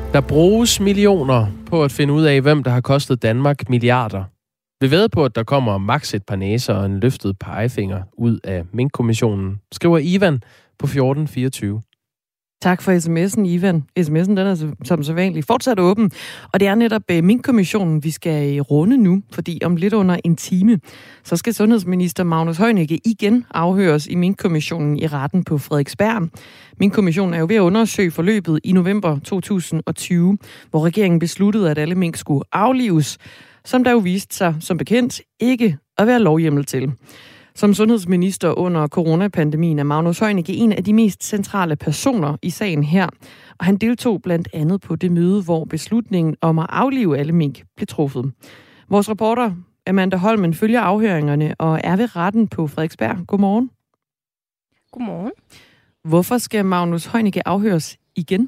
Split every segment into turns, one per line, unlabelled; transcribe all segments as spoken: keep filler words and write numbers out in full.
Der bruges millioner på at finde ud af, hvem der har kostet Danmark milliarder. Vi ved på, at der kommer maks et par næser og en løftet pegefinger ud af Mink-kommissionen, skriver Ivan på fjorten fireogtyve.
Tak for sms'en, Ivan. Sms'en den er som så vanligt fortsat åben. Og det er netop Mink-kommissionen, vi skal runde nu, fordi om lidt under en time, så skal sundhedsminister Magnus Heunicke igen afhøres i Mink-kommissionen i retten på Frederiksberg. Mink-kommissionen er jo ved at undersøge forløbet i november to tusind og tyve, hvor regeringen besluttede, at alle mink skulle aflives, som der jo viste sig, som bekendt, ikke at være lovhjemmel til. Som sundhedsminister under coronapandemien er Magnus Heunicke en af de mest centrale personer i sagen her, og han deltog blandt andet på det møde, hvor beslutningen om at aflive alle mink blev truffet. Vores reporter Amanda Holmen følger afhøringerne og er ved retten på Frederiksberg. Godmorgen.
Godmorgen.
Hvorfor skal Magnus Heunicke afhøres igen?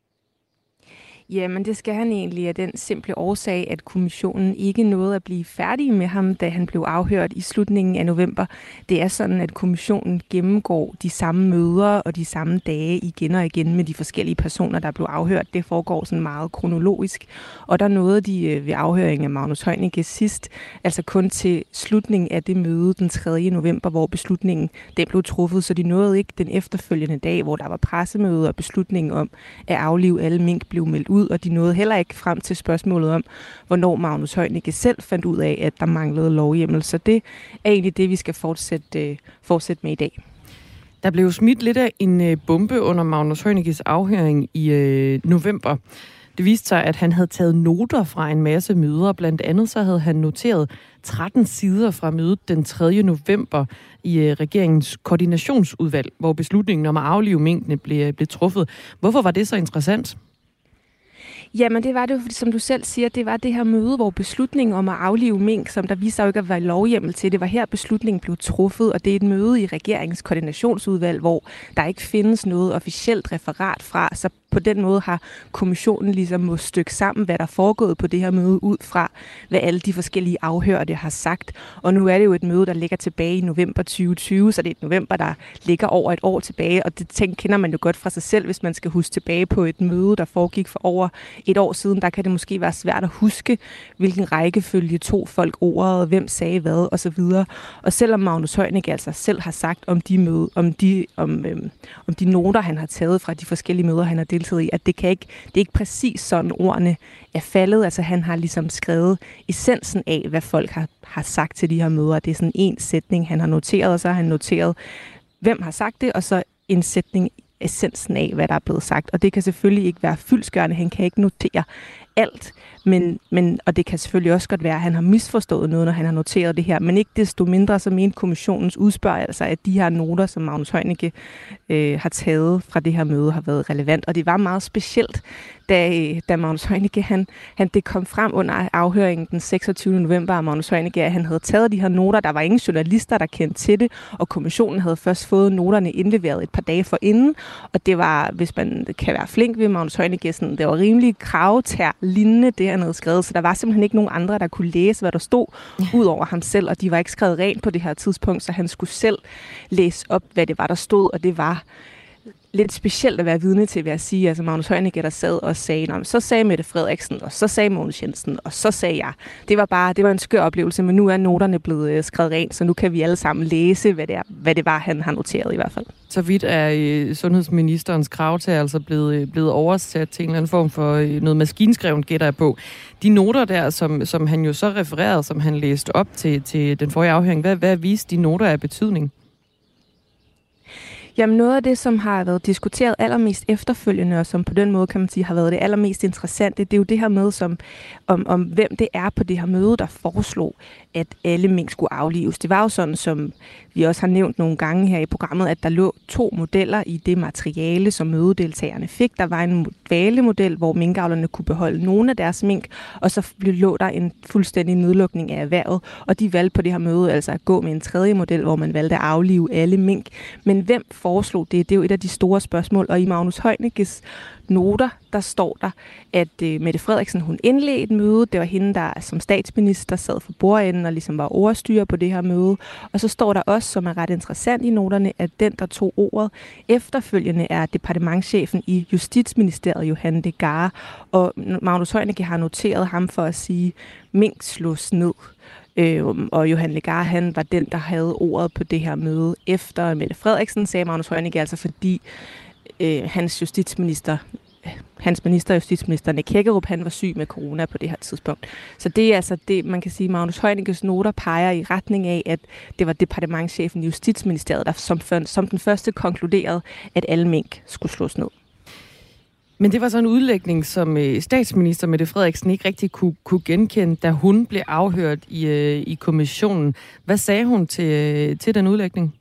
Jamen, det skal han egentlig af den simple årsag, at kommissionen ikke nåede at blive færdig med ham, da han blev afhørt i slutningen af november. Det er sådan, at kommissionen gennemgår de samme møder og de samme dage igen og igen med de forskellige personer, der blev afhørt. Det foregår sådan meget kronologisk. Og der nåede de ved afhøringen af Magnus Heunicke sidst, altså kun til slutningen af det møde den tredje november, hvor beslutningen den blev truffet. Så de nåede ikke den efterfølgende dag, hvor der var pressemøde og beslutningen om at aflive alle mink blev meldt ud, og de nåede heller ikke frem til spørgsmålet om, hvornår Magnus Heunicke selv fandt ud af, at der manglede lovhjemmel. Så det er egentlig det, vi skal fortsætte, fortsætte med i dag.
Der blev smidt lidt af en bombe under Magnus Heunickes afhøring i øh, november. Det viste sig, at han havde taget noter fra en masse møder. Blandt andet så havde han noteret tretten sider fra mødet den tredje november i øh, regeringens koordinationsudvalg, hvor beslutningen om at aflive minkene blev, blev truffet. Hvorfor var det så interessant?
Jamen det var det jo, fordi som du selv siger, det var det her møde, hvor beslutningen om at aflive mink, som der viste sig jo ikke at være lovhjemmel til, det var her beslutningen blev truffet, og det er et møde i regeringens koordinationsudvalg, hvor der ikke findes noget officielt referat fra, så på den måde har kommissionen ligesom må stykke sammen, hvad der er foregået på det her møde, ud fra hvad alle de forskellige afhørte har sagt. Og nu er det jo et møde, der ligger tilbage i november tyve tyve, så det er et november, der ligger over et år tilbage, og det tænker, kender man jo godt fra sig selv, hvis man skal huske tilbage på et møde, der foregik for over et år siden. Der kan det måske være svært at huske, hvilken rækkefølge tog folk ordet, hvem sagde hvad osv. Og selvom Magnus Heunicke altså selv har sagt om de møde, om de, om, øhm, om de noter, han har taget fra de forskellige møder, han har deltaget i, at det kan ikke, det er ikke præcis sådan ordene er faldet. Altså han har ligesom skrevet essensen af, hvad folk har, har sagt til de her møder. Det er sådan en sætning, han har noteret, og så har han noteret, hvem har sagt det, og så en sætning essensen af, hvad der er blevet sagt. Og det kan selvfølgelig ikke være fyldestgørende. Han kan ikke notere alt, men, men, og det kan selvfølgelig også godt være, at han har misforstået noget, når han har noteret det her. Men ikke desto mindre, så mente kommissionens udspørg altså, at de her noter, som Magnus Heunicke øh, har taget fra det her møde, har været relevant. Og det var meget specielt, da, da Magnus Heunicke, han, han, det kom frem under afhøringen den seksogtyvende november af Magnus Heunicke, at han havde taget de her noter. Der var ingen journalister, der kendte til det, og kommissionen havde først fået noterne indleveret et par dage forinden. Og det var, hvis man kan være flink ved Magnus Heunicke, sådan, det var rimelig kravetær lignende det, han havde skrevet. Så der var simpelthen ikke nogen andre, der kunne læse, hvad der stod, ud over ham selv. Og de var ikke skrevet rent på det her tidspunkt, så han skulle selv læse op, hvad det var, der stod. Og det var lidt specielt at være vidne til, vil jeg sige. Altså Magnus Heunicke, der sad og sagde, så sagde Mette Frederiksen, og så sagde Mogens Jensen, og så sagde jeg. Det var bare, det var en skør oplevelse, men nu er noterne blevet skrevet rent, så nu kan vi alle sammen læse, hvad det, er, hvad det var, han har noteret i hvert fald.
Så vidt er øh, sundhedsministerens krav til altså blevet, blevet oversat til en eller anden form for øh, noget maskinskrevet, gætter jeg på. De noter der, som, som han jo så refererede, som han læste op til, til den forrige afhøring, hvad, hvad viste de noter af betydning?
Jamen noget af det, som har været diskuteret allermest efterfølgende, og som på den måde, kan man sige, har været det allermest interessante, det er jo det her med, som, om, om hvem det er på det her møde, der foreslog, at alle mink skulle aflives. Det var jo sådan, som vi også har nævnt nogle gange her i programmet, at der lå to modeller i det materiale, som mødedeltagerne fik. Der var en dvalemodel, hvor minkavlerne kunne beholde nogle af deres mink, og så lå der en fuldstændig nedlukning af erhvervet, og de valgte på det her møde altså at gå med en tredje model, hvor man valgte at aflive alle mink. Men hvem foreslog det? Det er jo et af de store spørgsmål, og i Magnus Heunickes noter, der står der, at øh, Mette Frederiksen, hun indledte et møde. Det var hende, der som statsminister sad for bordenden og ligesom var overstyrer på det her møde. Og så står der også, som er ret interessant i noterne, at den, der tog ordet efterfølgende, er departementschefen i Justitsministeriet, Johan de Gare. Og Magnus Heunicke har noteret ham for at sige, mink slås ned. Øh, og Johan Legar, han var den, der havde ordet på det her møde efter Mette Frederiksen, sagde Magnus Heunicke, altså fordi øh, hans justitsminister, hans minister, justitsminister Nick Hækkerup, han var syg med corona på det her tidspunkt. Så det er altså det, man kan sige, Magnus Heunickes noter peger i retning af, at det var departementschefen i Justitsministeriet, der som, som den første konkluderede, at alle mink skulle slås ned.
Men det var så en udlægning, som statsminister Mette Frederiksen ikke rigtig kunne, kunne genkende, da hun blev afhørt i, i kommissionen. Hvad sagde hun til, til den udlægning?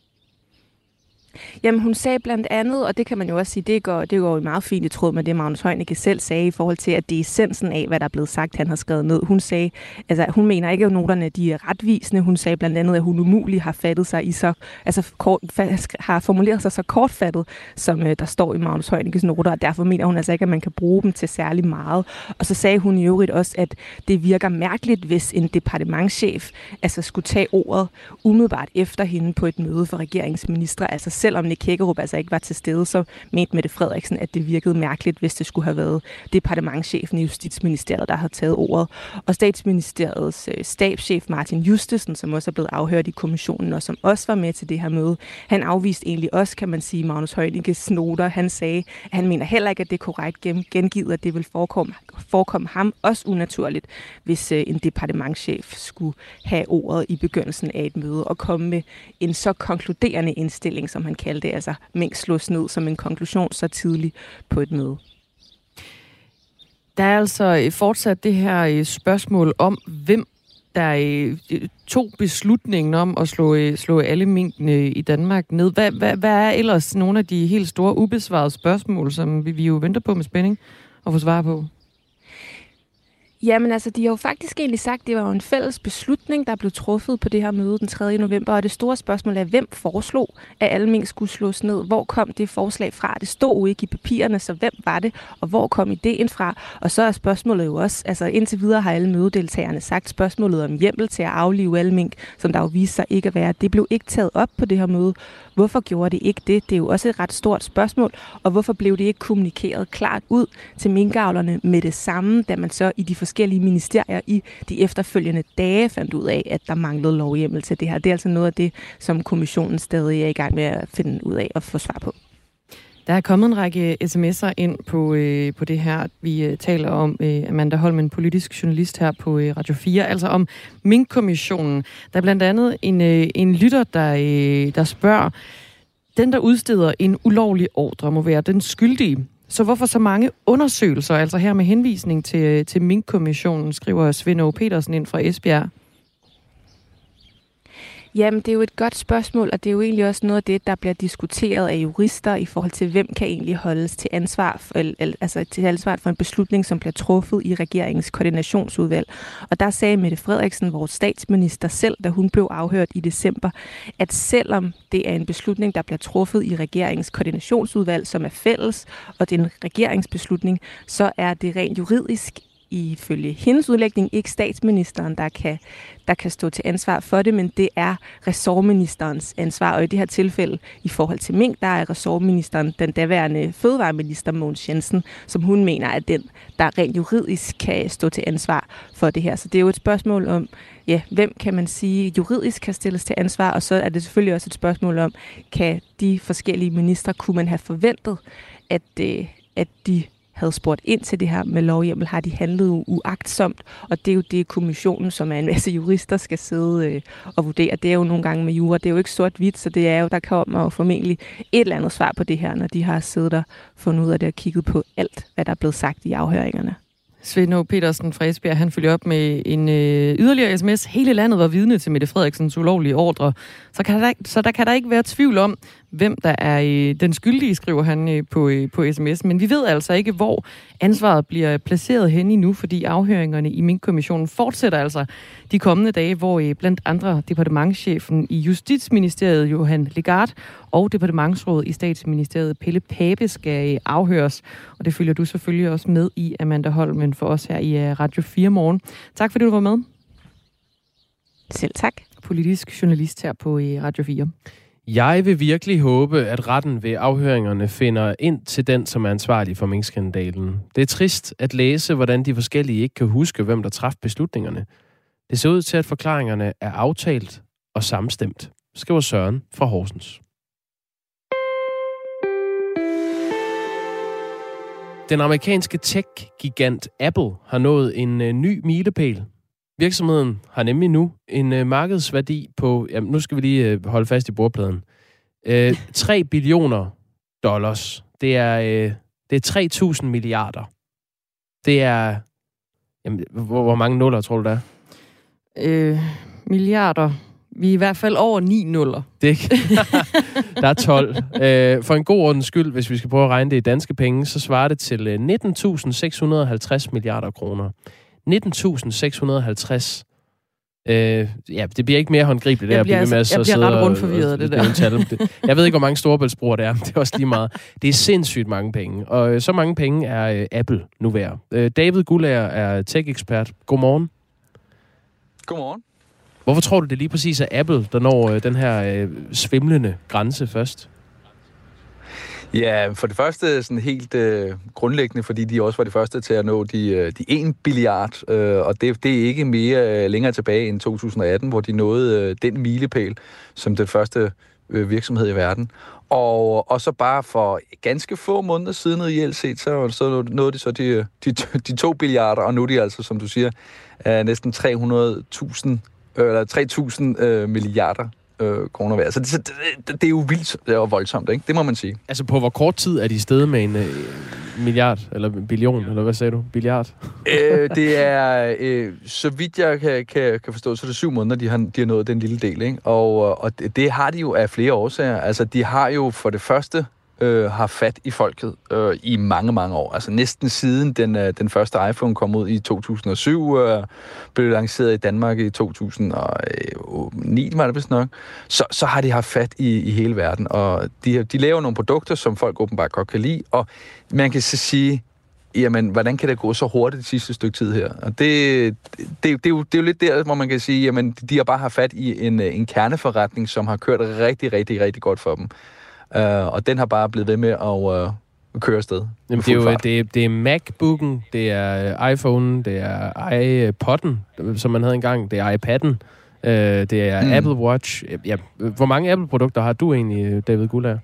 Jamen, hun sagde blandt andet, og det kan man jo også sige, det går, det går jo meget fint i tråd med det, Magnus Heunicke selv sagde, i forhold til, at det er essensen af, hvad der er blevet sagt, han har skrevet ned. Hun sagde, altså hun mener ikke, at noterne de er retvisende. Hun sagde blandt andet, at hun umuligt har fattet sig i så, altså kort, har formuleret sig så kortfattet, som øh, der står i Magnus Heunickes noter, og derfor mener hun altså ikke, at man kan bruge dem til særlig meget. Og så sagde hun i øvrigt også, at det virker mærkeligt, hvis en departementschef altså skulle tage ordet umiddelbart efter hende på et møde for regeringsministre, altså selvom Nick Hækkerup altså ikke var til stede, så mente Mette Frederiksen, at det virkede mærkeligt, hvis det skulle have været departementschefen i Justitsministeriet, der havde taget ordet. Og Statsministeriets øh, stabschef Martin Justesen, som også er blevet afhørt i kommissionen, og som også var med til det her møde, han afviste egentlig også, kan man sige, Magnus Heunickes noter. Han sagde, at han mener heller ikke, at det er korrekt gengivet, at det vil forekomme, forekomme ham også unaturligt, hvis øh, en departementschef skulle have ordet i begyndelsen af et møde og komme med en så konkluderende indstilling, som han kaldte det, altså mink slås ned som en konklusion så tidligt på et møde.
Der er altså fortsat det her spørgsmål om, hvem der tog beslutningen om at slå, slå alle minkene i Danmark ned. Hvad, hvad, hvad er ellers nogle af de helt store ubesvarede spørgsmål, som vi, vi jo venter på med spænding at få svar på?
Jamen altså, de har jo faktisk egentlig sagt, at det var jo en fælles beslutning, der blev truffet på det her møde den tredje november, og det store spørgsmål er, hvem foreslog, at alle mink skulle slås ned? Hvor kom det forslag fra? Det stod jo ikke i papirerne, så hvem var det, og hvor kom ideen fra? Og så er spørgsmålet jo også, altså indtil videre har alle mødedeltagerne sagt spørgsmålet om hjemmel til at aflive alle mink, som der jo viste sig ikke at være. Det blev ikke taget op på det her møde. Hvorfor gjorde det ikke det? Det er jo også et ret stort spørgsmål, og hvorfor blev det ikke kommunikeret klart ud til minkavlerne med det samme, da man så i de forskellige ministerier i de efterfølgende dage fandt ud af, at der manglede lovhjemmel til det her. Det er altså noget af det, som kommissionen stadig er i gang med at finde ud af og få svar på.
Der er kommet en række sms'er ind på, øh, på det her. Vi øh, taler om øh, Amanda Holm, en politisk journalist her på øh, Radio fire, altså om Minkkommissionen. Der er blandt andet en, øh, en lytter, der, øh, der spørger, den der udsteder en ulovlig ordre må være den skyldige. Så hvorfor så mange undersøgelser, altså her med henvisning til, til Minkkommissionen, skriver Svend Aage Petersen ind fra Esbjerg?
Jamen, det er jo et godt spørgsmål, og det er jo egentlig også noget af det, der bliver diskuteret af jurister i forhold til, hvem kan egentlig holdes til ansvar for, altså til ansvar for en beslutning, som bliver truffet i regeringens koordinationsudvalg. Og der sagde Mette Frederiksen, vores statsminister selv, da hun blev afhørt i december, at selvom det er en beslutning, der bliver truffet i regeringens koordinationsudvalg, som er fælles, og det er en regeringsbeslutning, så er det rent juridisk ifølge hendes udlægning ikke statsministeren, der kan, der kan stå til ansvar for det, men det er ressortministerens ansvar. Og i det her tilfælde, i forhold til mink, der er ressortministeren, den daværende fødevareminister Mogens Jensen, som hun mener er den, der rent juridisk kan stå til ansvar for det her. Så det er jo et spørgsmål om, ja, hvem kan man sige juridisk kan stilles til ansvar, og så er det selvfølgelig også et spørgsmål om, kan de forskellige ministre, kunne man have forventet, at, at de havde spurgt ind til det her med lovhjemmel, har de handlet uagtsomt, og det er jo det, kommissionen, som er en masse jurister, skal sidde øh, og vurdere. Det er jo nogle gange med jura, det er jo ikke sort-hvidt, så det er jo, der kommer jo formentlig et eller andet svar på det her, når de har siddet og fundet ud af det og kigget på alt, hvad der er blevet sagt i afhøringerne.
Svend Aage Petersen fra Esbjerg, han følger op med en øh, yderligere sms. Hele landet var vidne til Mette Frederiksens ulovlige ordre. Så, kan der, så der kan der ikke være tvivl om, hvem der er øh, den skyldige, skriver han øh, på, øh, på sms'en. Men vi ved altså ikke, hvor ansvaret bliver placeret hen endnu, fordi afhøringerne i Minkkommissionen fortsætter altså de kommende dage, hvor øh, blandt andre departementschefen i Justitsministeriet, Johan Legarth, og departementsrådet i Statsministeriet, Pelle Pape, skal øh, afhøres. Og det følger du selvfølgelig også med i, Amanda Holmen, for os her i øh, Radio fire Morgen. Tak fordi du var med.
Selv tak.
Politisk journalist her på øh, Radio fire.
Jeg vil virkelig håbe, at retten ved afhøringerne finder ind til den, som er ansvarlig for minkskandalen. Det er trist at læse, hvordan de forskellige ikke kan huske, hvem der traf beslutningerne. Det ser ud til, at forklaringerne er aftalt og samstemt, skriver Søren fra Horsens. Den amerikanske tech-gigant Apple har nået en uh, ny milepæl. Virksomheden har nemlig nu en uh, markedsværdi på, jamen nu skal vi lige uh, holde fast i bordpladen, uh, tre billioner dollars. Det er, uh, det er tre tusind milliarder. Det er, jamen, hvor, hvor mange nuller tror du der er?
Øh, milliarder. Vi er i hvert fald over ni nuller.
Det er der er tolv. Uh, for en god ordens skyld, hvis vi skal prøve at regne det i danske penge, så svarer det til uh, nitten tusind seks hundrede og halvtreds milliarder kroner. nitten tusind seks hundrede og halvtreds. Øh, ja, det bliver ikke mere håndgribeligt.
Jeg bliver, altså,
med
jeg bliver ret rundt forvirret, det der. Jeg ved ikke, hvor mange storebæltsbroer det er, men det er også lige meget. Det er sindssygt mange penge, og øh, så mange penge er øh, Apple nu værd. Øh, David Guldager er tech-ekspert. Godmorgen.
Godmorgen.
Hvorfor tror du, det lige præcis er Apple, der når øh, den her øh, svimlende grænse først?
Ja, for det første sådan helt øh, grundlæggende, fordi de også var de første til at nå de, øh, de en billiard, øh, og det, det er ikke mere øh, længere tilbage end to tusind atten, hvor de nåede øh, den milepæl som den første øh, virksomhed i verden. Og, og så bare for ganske få måneder siden reelt set, så, så nåede de så de, de, de to billiarder, og nu er de altså, som du siger, øh, næsten tre hundrede tusind, øh, eller tre tusind øh, milliarder Øh, kroner værd. Så det, det, det er jo vildt og voldsomt, ikke? Det må man sige.
Altså på hvor kort tid er de steget med en øh, milliard, eller en billion, eller hvad sagde du? Billiard?
øh, det er, øh, så vidt jeg kan, kan, kan forstå, så er det syv måneder, de har, de har nået den lille del, ikke? Og, og det, det har de jo af flere årsager. Altså de har jo for det første øh, har fat i folket øh, i mange, mange år. Altså næsten siden den, øh, den første iPhone kom ud i to tusind og syv, øh, blev lanceret i Danmark i to tusind og ni, var det vist nok, så, så har de haft fat i, i hele verden. Og de, de laver nogle produkter, som folk åbenbart godt kan lide, og man kan så sige, jamen, hvordan kan det gå så hurtigt det sidste stykke tid her? Og det, det, det, det, er, jo, det er jo lidt der, hvor man kan sige, jamen, de har bare haft fat i en, en kerneforretning, som har kørt rigtig, rigtig, rigtig godt for dem. Uh, og den har bare blevet ved med at uh, køre afsted.
Jamen, det er jo det er, det er MacBooken, det er iPhone, det er iPod'en, som man havde engang, det er iPad'en, uh, det er mm. Apple Watch. Ja, hvor mange Apple-produkter har du egentlig, David Guldager?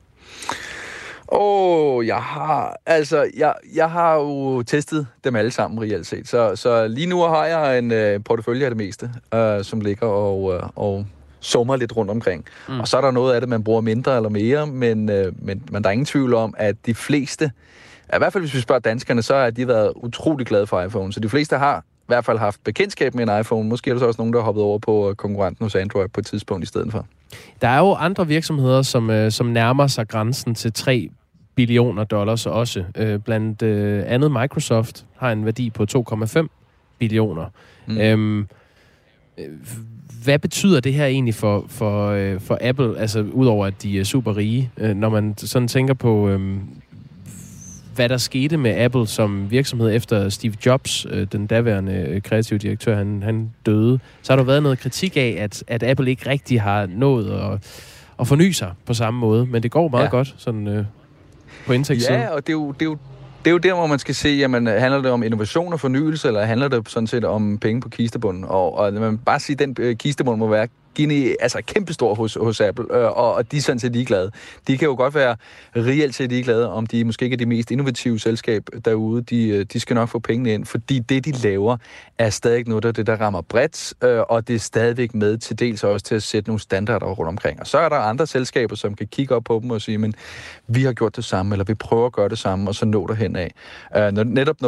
Åh, oh, jeg har altså jeg jeg har jo testet dem alle sammen reelt set. Så så lige nu har jeg en uh, portefølje af det meste, uh, som ligger og uh, og summer lidt rundt omkring. Mm. Og så er der noget af det, man bruger mindre eller mere, men, øh, men, men der er ingen tvivl om, at de fleste, i hvert fald hvis vi spørger danskerne, så har de været utrolig glade for iPhone. Så de fleste har i hvert fald haft bekendtskab med en iPhone. Måske er der så også nogen, der har hoppet over på konkurrenten hos Android på et tidspunkt i stedet for.
Der er jo andre virksomheder, som, øh, som nærmer sig grænsen til tre billioner dollars også. Øh, blandt øh, andet Microsoft har en værdi på to komma fem billioner. Mm. Øhm, øh, Hvad betyder det her egentlig for, for, øh, for Apple, altså udover at de er super rige, øh, når man sådan tænker på, øh, hvad der skete med Apple som virksomhed efter Steve Jobs, øh, den daværende kreative direktør, han, han døde, så har der været noget kritik af, at, at Apple ikke rigtig har nået at, at forny sig på samme måde, men det går meget ja. godt sådan øh, på indtægtssiden.
Ja, og det er jo... Det er jo Det er jo der, hvor man skal se, jamen, handler det om innovation og fornyelse, eller handler det sådan set om penge på kistebunden? Og, og man bare sige, at den øh, kistebund må være altså kæmpestor hos, hos Apple, øh, og, og de er sådan set ligeglade. De kan jo godt være reelt set ligeglade, om de måske ikke er de mest innovative selskab derude. De, de skal nok få pengene ind, fordi det, de laver, er stadig noget af det, der rammer bredt, øh, og det er stadigvæk med til dels også til at sætte nogle standarder rundt omkring. Og så er der andre selskaber, som kan kigge op på dem og sige, men vi har gjort det samme, eller vi prøver at gøre det samme, og så nå derhen af. Øh, når, netop når du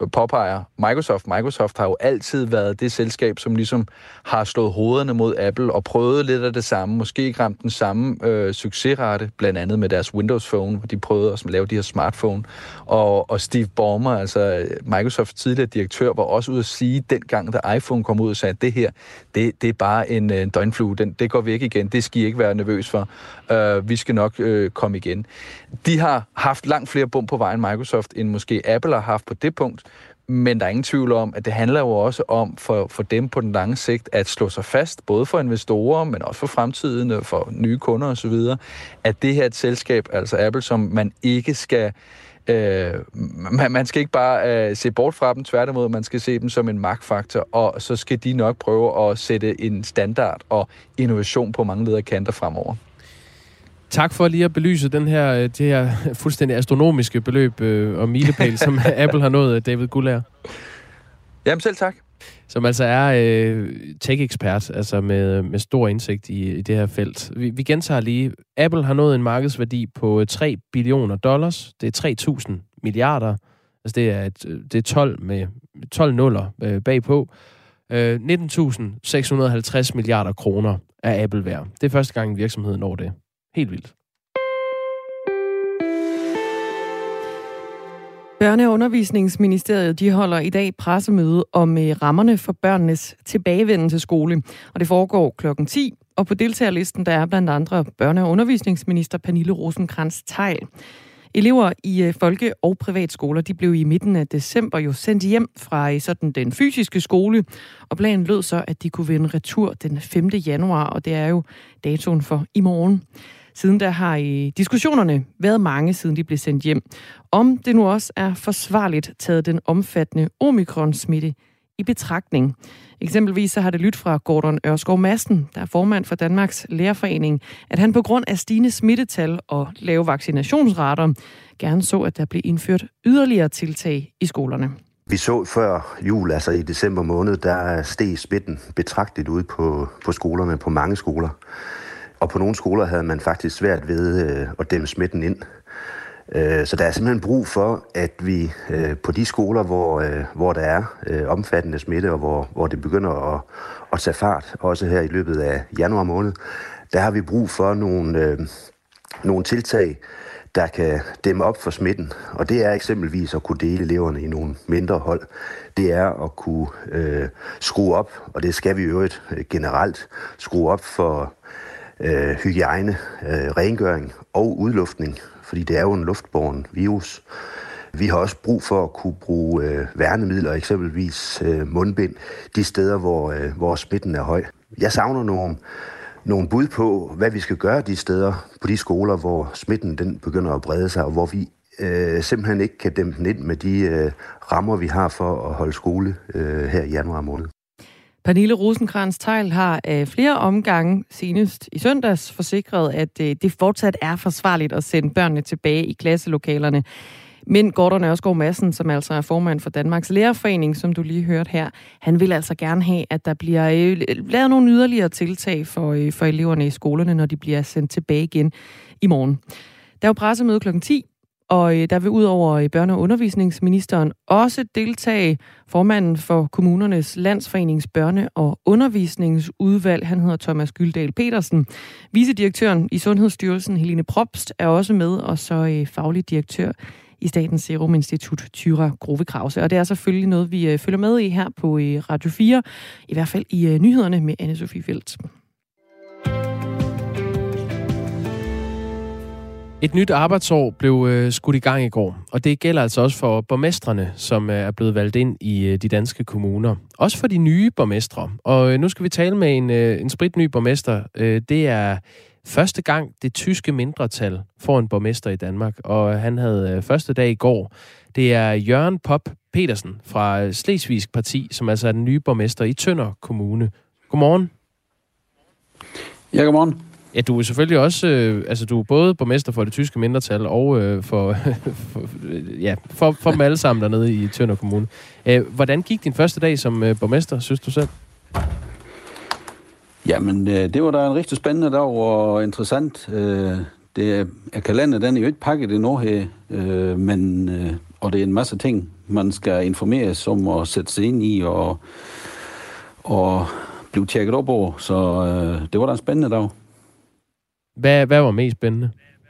påpeger Microsoft. Microsoft har jo altid været det selskab, som ligesom har slået hovederne mod Apple og prøvet lidt af det samme. Måske ikke ramt den samme øh, succesrate, blandt andet med deres Windows Phone, hvor de prøvede at lave de her smartphone. Og, og Steve Ballmer, altså Microsofts tidligere direktør, var også ude at sige dengang, da iPhone kom ud og sagde, at det her, det, det er bare en, en døgnflue. Den, det går væk igen. Det skal I ikke være nervøs for. Uh, vi skal nok uh, komme igen. De har haft langt flere bump på vejen Microsoft, end måske Apple har haft på det punkt. Men der er ingen tvivl om, at det handler jo også om for, for dem på den lange sigt at slå sig fast, både for investorer, men også for fremtiden, for nye kunder osv., at det her er et selskab, altså Apple, som man ikke skal Øh, man, man skal ikke bare øh, se bort fra dem, tværtimod, man skal se dem som en magtfaktor, og så skal de nok prøve at sætte en standard og innovation på mange lederkanter fremover.
Tak for lige at belyse den her, det her fuldstændig astronomiske beløb øh, og milepæl, som Apple har nået, David Guldager.
Jamen selv tak.
Som altså er øh, tech-ekspert, altså med, med stor indsigt i, i det her felt. Vi, vi gentager lige. Apple har nået en markedsværdi på tre billioner dollars. Det er tre tusind milliarder. Altså det er, et, det er tolv med tolv nuller øh, bagpå. Øh, nitten tusind seks hundrede og halvtreds milliarder kroner er Apple værd. Det er første gang, virksomheden når det. Helt vildt.
Børne- og Undervisningsministeriet de holder i dag pressemøde om rammerne for børnenes tilbagevenden til skole. Og det foregår klokken ti, og på deltagerlisten der er blandt andre børne- og undervisningsminister Pernille Rosenkrantz-Theil. Elever i folke- og privatskoler de blev i midten af december jo sendt hjem fra sådan den fysiske skole, og planen lød så, at de kunne vende retur den femte januar, og det er jo datoen for i morgen. Siden der har i diskussionerne været mange, siden de blev sendt hjem. Om det nu også er forsvarligt taget den omfattende omikron-smitte i betragtning. Eksempelvis så har det lyttet fra Gordon Ørskov Madsen, der er formand for Danmarks Lærerforening, at han på grund af stigende smittetal og lave vaccinationsrater gerne så, at der blev indført yderligere tiltag i skolerne.
Vi så før jul, altså i december måned, der steg smitten betragteligt ud på, på skolerne, på mange skoler. Og på nogle skoler havde man faktisk svært ved øh, at dæmme smitten ind. Øh, så der er simpelthen brug for, at vi øh, på de skoler, hvor, øh, hvor der er øh, omfattende smitte, og hvor, hvor det begynder at, at tage fart, også her i løbet af januar måned, der har vi brug for nogle, øh, nogle tiltag, der kan dæmme op for smitten. Og det er eksempelvis at kunne dele eleverne i nogle mindre hold. Det er at kunne øh, skrue op, og det skal vi i øvrigt øh, generelt skrue op for Øh, hygiejne, øh, rengøring og udluftning, fordi det er jo en luftbåren virus. Vi har også brug for at kunne bruge øh, værnemidler, eksempelvis øh, mundbind, de steder, hvor, øh, hvor smitten er høj. Jeg savner nogle, nogle bud på, hvad vi skal gøre de steder, på de skoler, hvor smitten den begynder at brede sig, og hvor vi øh, simpelthen ikke kan dæmpe den ind med de øh, rammer, vi har for at holde skole øh, her i januar måned.
Pernille Rosenkrantz-Theil har af flere omgange, senest i søndags, forsikret, at det fortsat er forsvarligt at sende børnene tilbage i klasselokalerne. Men Gordon Ørskov Madsen, som altså er formand for Danmarks Lærerforening, som du lige hørte her, han vil altså gerne have, at der bliver lavet nogle yderligere tiltag for, for eleverne i skolerne, når de bliver sendt tilbage igen i morgen. Der er jo pressemøde klokken ti. Og der vil ud over børne- og undervisningsministeren også deltage formanden for kommunernes landsforenings børne- og undervisningsudvalg. Han hedder Thomas Gyldal Petersen. Vicedirektøren i Sundhedsstyrelsen, Helene Probst, er også med, og så faglig direktør i Statens Serum Institut, Thyra Grove Krause. Og det er selvfølgelig noget, vi følger med i her på Radio fire, i hvert fald i nyhederne med Anne-Sophie Feldt.
Et nyt arbejdsår blev øh, skudt i gang i går, og det gælder altså også for borgmestrene, som øh, er blevet valgt ind i øh, de danske kommuner. Også for de nye borgmestre. Og øh, nu skal vi tale med en, øh, en spritny borgmester. Øh, det er første gang det tyske mindretal får en borgmester i Danmark, og han havde øh, første dag i går. Det er Jørgen Pop Petersen fra Slesvigsk Parti, som altså er den nye borgmester i Tønder Kommune. Godmorgen.
Ja, godmorgen.
Ja, du er selvfølgelig også, øh, altså du er både borgmester for det tyske mindretal og øh, for, for, ja, for, for dem alle sammen dernede i Tønder Kommune. Æh, hvordan gik din første dag som øh, borgmester, synes du selv?
Jamen, øh, det var da en rigtig spændende dag og interessant. Øh, det er, kalenderen, den er jo ikke pakket endnu her, øh, men, øh, og det er en masse ting, man skal informeres om at sætte sig ind i og, og blive tjekket op over. Så øh, det var da en spændende dag.
Hvad, hvad var mest spændende?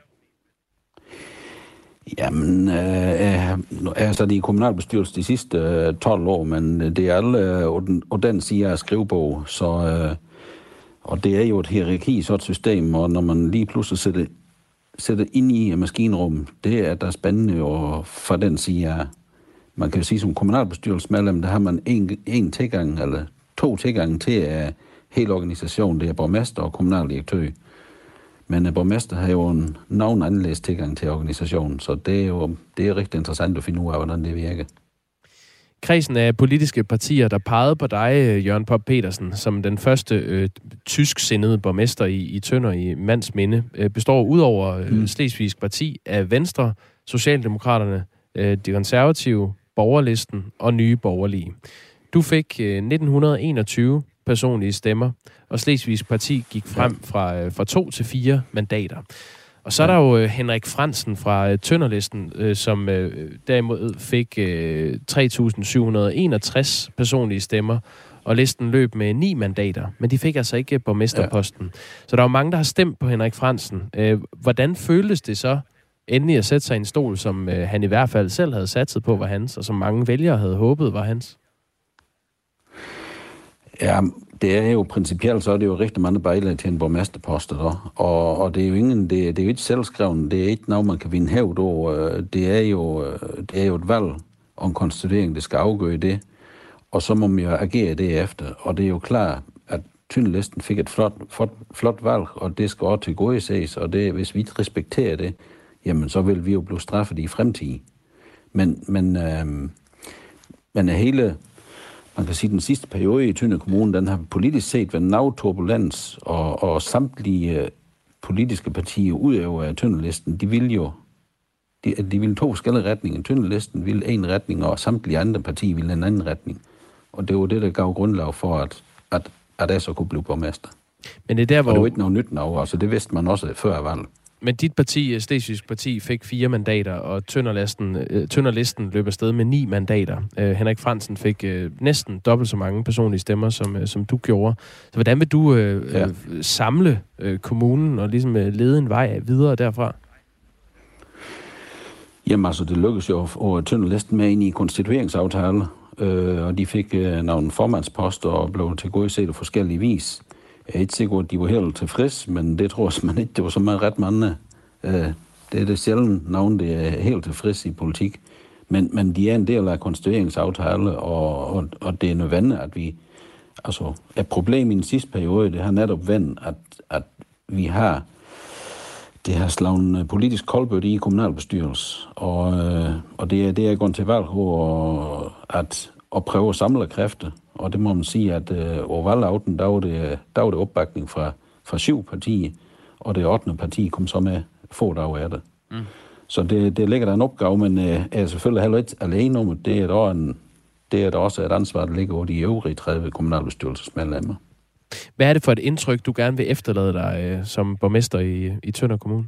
Jamen, øh, jeg er så i kommunalbestyrelsen de sidste øh, tolv år, men det er alle øh, og, den, og den siger skrivebog, så øh, og det er jo et hierarki, så et system, og når man lige pludselig sætter, sætter ind i maskinrummet, det er der spændende, og fra den side, man kan jo sige som kommunalbestyrelsesmedlem, der har man en, en tilgang, eller to tilgange til uh, hele organisationen, det er borgmester og kommunaldirektør. Men uh, borgmester har jo en navn anderledes tilgang til organisationen, så det er jo det er rigtig interessant at finde ud af, hvordan det virker.
Kredsen af politiske partier, der pegede på dig, Jørgen Pop Petersen, som den første øh, tysksindede borgmester i, i Tønder i Mands Minde, øh, består udover øh, mm. Slesvigsk Parti af Venstre, Socialdemokraterne, øh, De Konservative, Borgerlisten og Nye Borgerlige. Du fik øh, nitten enogtyve personlige stemmer, og Slesvigsk Parti gik frem fra, øh, fra to til fire mandater. Og så er der jo øh, Henrik Frandsen fra øh, Tønderlisten, øh, som øh, derimod fik øh, tre tusind syv hundrede og enogtres personlige stemmer, og listen løb med ni mandater, men de fik altså ikke borgmesterposten. Ja. Så der er jo mange, der har stemt på Henrik Frandsen. Øh, hvordan føltes det så endelig at sætte sig i en stol, som øh, han i hvert fald selv havde satset på var hans, og som mange vælgere havde håbet var hans?
Ja, det er jo principielt, så er det jo rigtig mange bejler til en borgmesterpost der. Og, og det er jo ingen, det, det er jo ikke selvskrevet, det er ikke noget, man kan vinde hævd over. Det er jo, det er jo et valg og en konstituering, der skal afgøre det. Og så må man jo agere det efter. Og det er jo klart, at Tønderlisten fik et flot, flot, flot valg, og det skal også tilgodeses. Og det, hvis vi ikke respekterer det, jamen så vil vi jo blive straffet i fremtiden. Men, men, øh, men hele... Man kan sige, at den sidste periode i Tønder Kommune, den har politisk set været noget turbulens, og, og samtlige politiske partier udøver af Tønderlisten, de vil jo de, de vil to forskellige retninger. Tønderlisten vil en retning, og samtlige andre partier vil en anden retning. Og det var det, der gav grundlag for, at, at, at jeg så kunne blive borgmester.
Men det er der, hvor...
Og det var ikke noget nyt noget, altså det vidste man også før valget.
Men dit parti, Slesvigsk Parti, fik fire mandater, og Tønderlisten, øh, Tønderlisten løb afsted med ni mandater. Øh, Henrik Frandsen fik øh, næsten dobbelt så mange personlige stemmer, som, øh, som du gjorde. Så hvordan vil du øh, ja. øh, samle øh, kommunen og ligesom øh, lede en vej videre derfra?
Jamen altså, det lykkedes jo at få Tønderlisten med ind i konstitueringsaftale, øh, og de fik øh, nogle formandsposter og blev til gode set af forskellige vis. Jeg er ikke sikker, at de var helt tilfreds, men det tror jeg ikke. Det var så meget ret mange. Det er det sjældent navn, det er helt tilfreds i politik. Men, men de er en del af konstitueringsaftale, og, og, og det er nødvendigt, at vi... Altså, et problem i den sidste periode, det har netop vendt, at, at vi har det har slået en politisk koldbøtte i kommunalbestyrelse. Og, og det er det, jeg går til valg på, at, at prøve at samle kræfter. Og det må man sige, at øh, over valgaften, der var det, der var det opbakning fra, fra syv partier, og det ottende parti kom så med få dage af det. Mm. Så det, det ligger der en opgave, men øh, er selvfølgelig heller ikke alene om, det er der en, det er der også et ansvar, der ligger over de øvrige tredive kommunalbestyrelsesmedlemmer.
Hvad er det for et indtryk, du gerne vil efterlade dig øh, som borgmester i, i Tønder Kommune?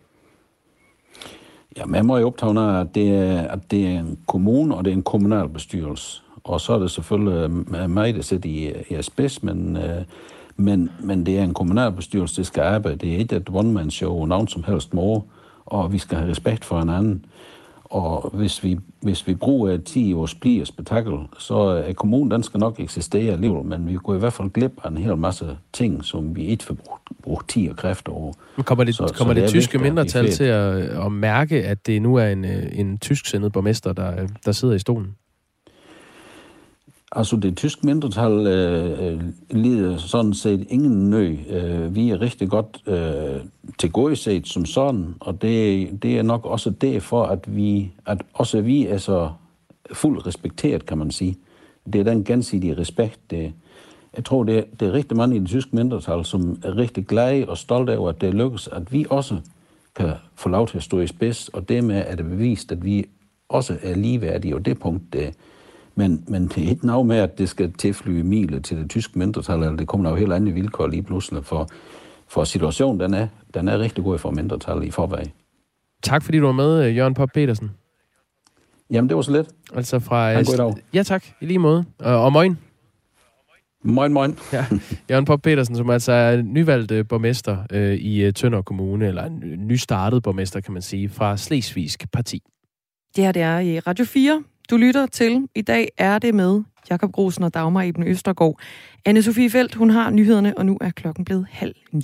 Jamen, jeg må jo optage, at det, er, at det er en kommune, og det er en kommunalbestyrelse. Og så er det selvfølgelig mig, der sidder i, i spids, men, øh, men, men det er en kommunalbestyrelse, der skal arbejde. Det er ikke et one-man-show, nogen som helst må, og vi skal have respekt for hinanden. Og hvis vi, hvis vi bruger ti års pli og spektakel, så er kommunen, den skal nok eksistere alligevel, men vi går i hvert fald glip af en hel masse ting, som vi ikke får brugt, brugt tid og kræfter over.
Men kommer det, så, kommer så det, det tyske vigtigt, mindretal til at, at mærke, at det nu er en, en tysksindet borgmester, der, der sidder i stolen?
Altså, det tyske mindretal øh, lider sådan set ingen nød. Øh, vi er rigtig godt øh, tilgodeset som sådan, og det, det er nok også det for, at vi, at også vi er så fuldt respekteret, kan man sige. Det er den gensidige respekt. Det, jeg tror, det er, det er rigtig mange i det tyske mindretal, som er rigtig glade og stolte over, at det lykkes, at vi også kan få lov til at stå i spids, og det med, at det er bevist, at vi også er ligeværdige, og det punkt, det Men, men det er ikke noget med, at det skal tilflyve miler til det tyske mindretal, eller det kommer jo helt andre vilkår lige pludselig, for, for situationen, den er, den er rigtig god for mindretal i forvejen.
Tak fordi du var med, Jørgen Pop Petersen.
Jamen, det var så let.
Altså fra...
Han går i dag.
Ja, tak. I lige måde. Og, og morgen.
Moin, moin.
Ja. Jørgen Pop Petersen, som altså er nyvalgt øh, borgmester øh, i øh, Tønder Kommune, eller en nystartet borgmester, kan man sige, fra Slesvigsk Parti.
Det her det er i Radio fire. Du lytter til. I dag er det med Jakob Grosen og Dagmar Eben Østergaard. Anne-Sophie Feldt, hun har nyhederne, og nu er klokken blevet halv ni.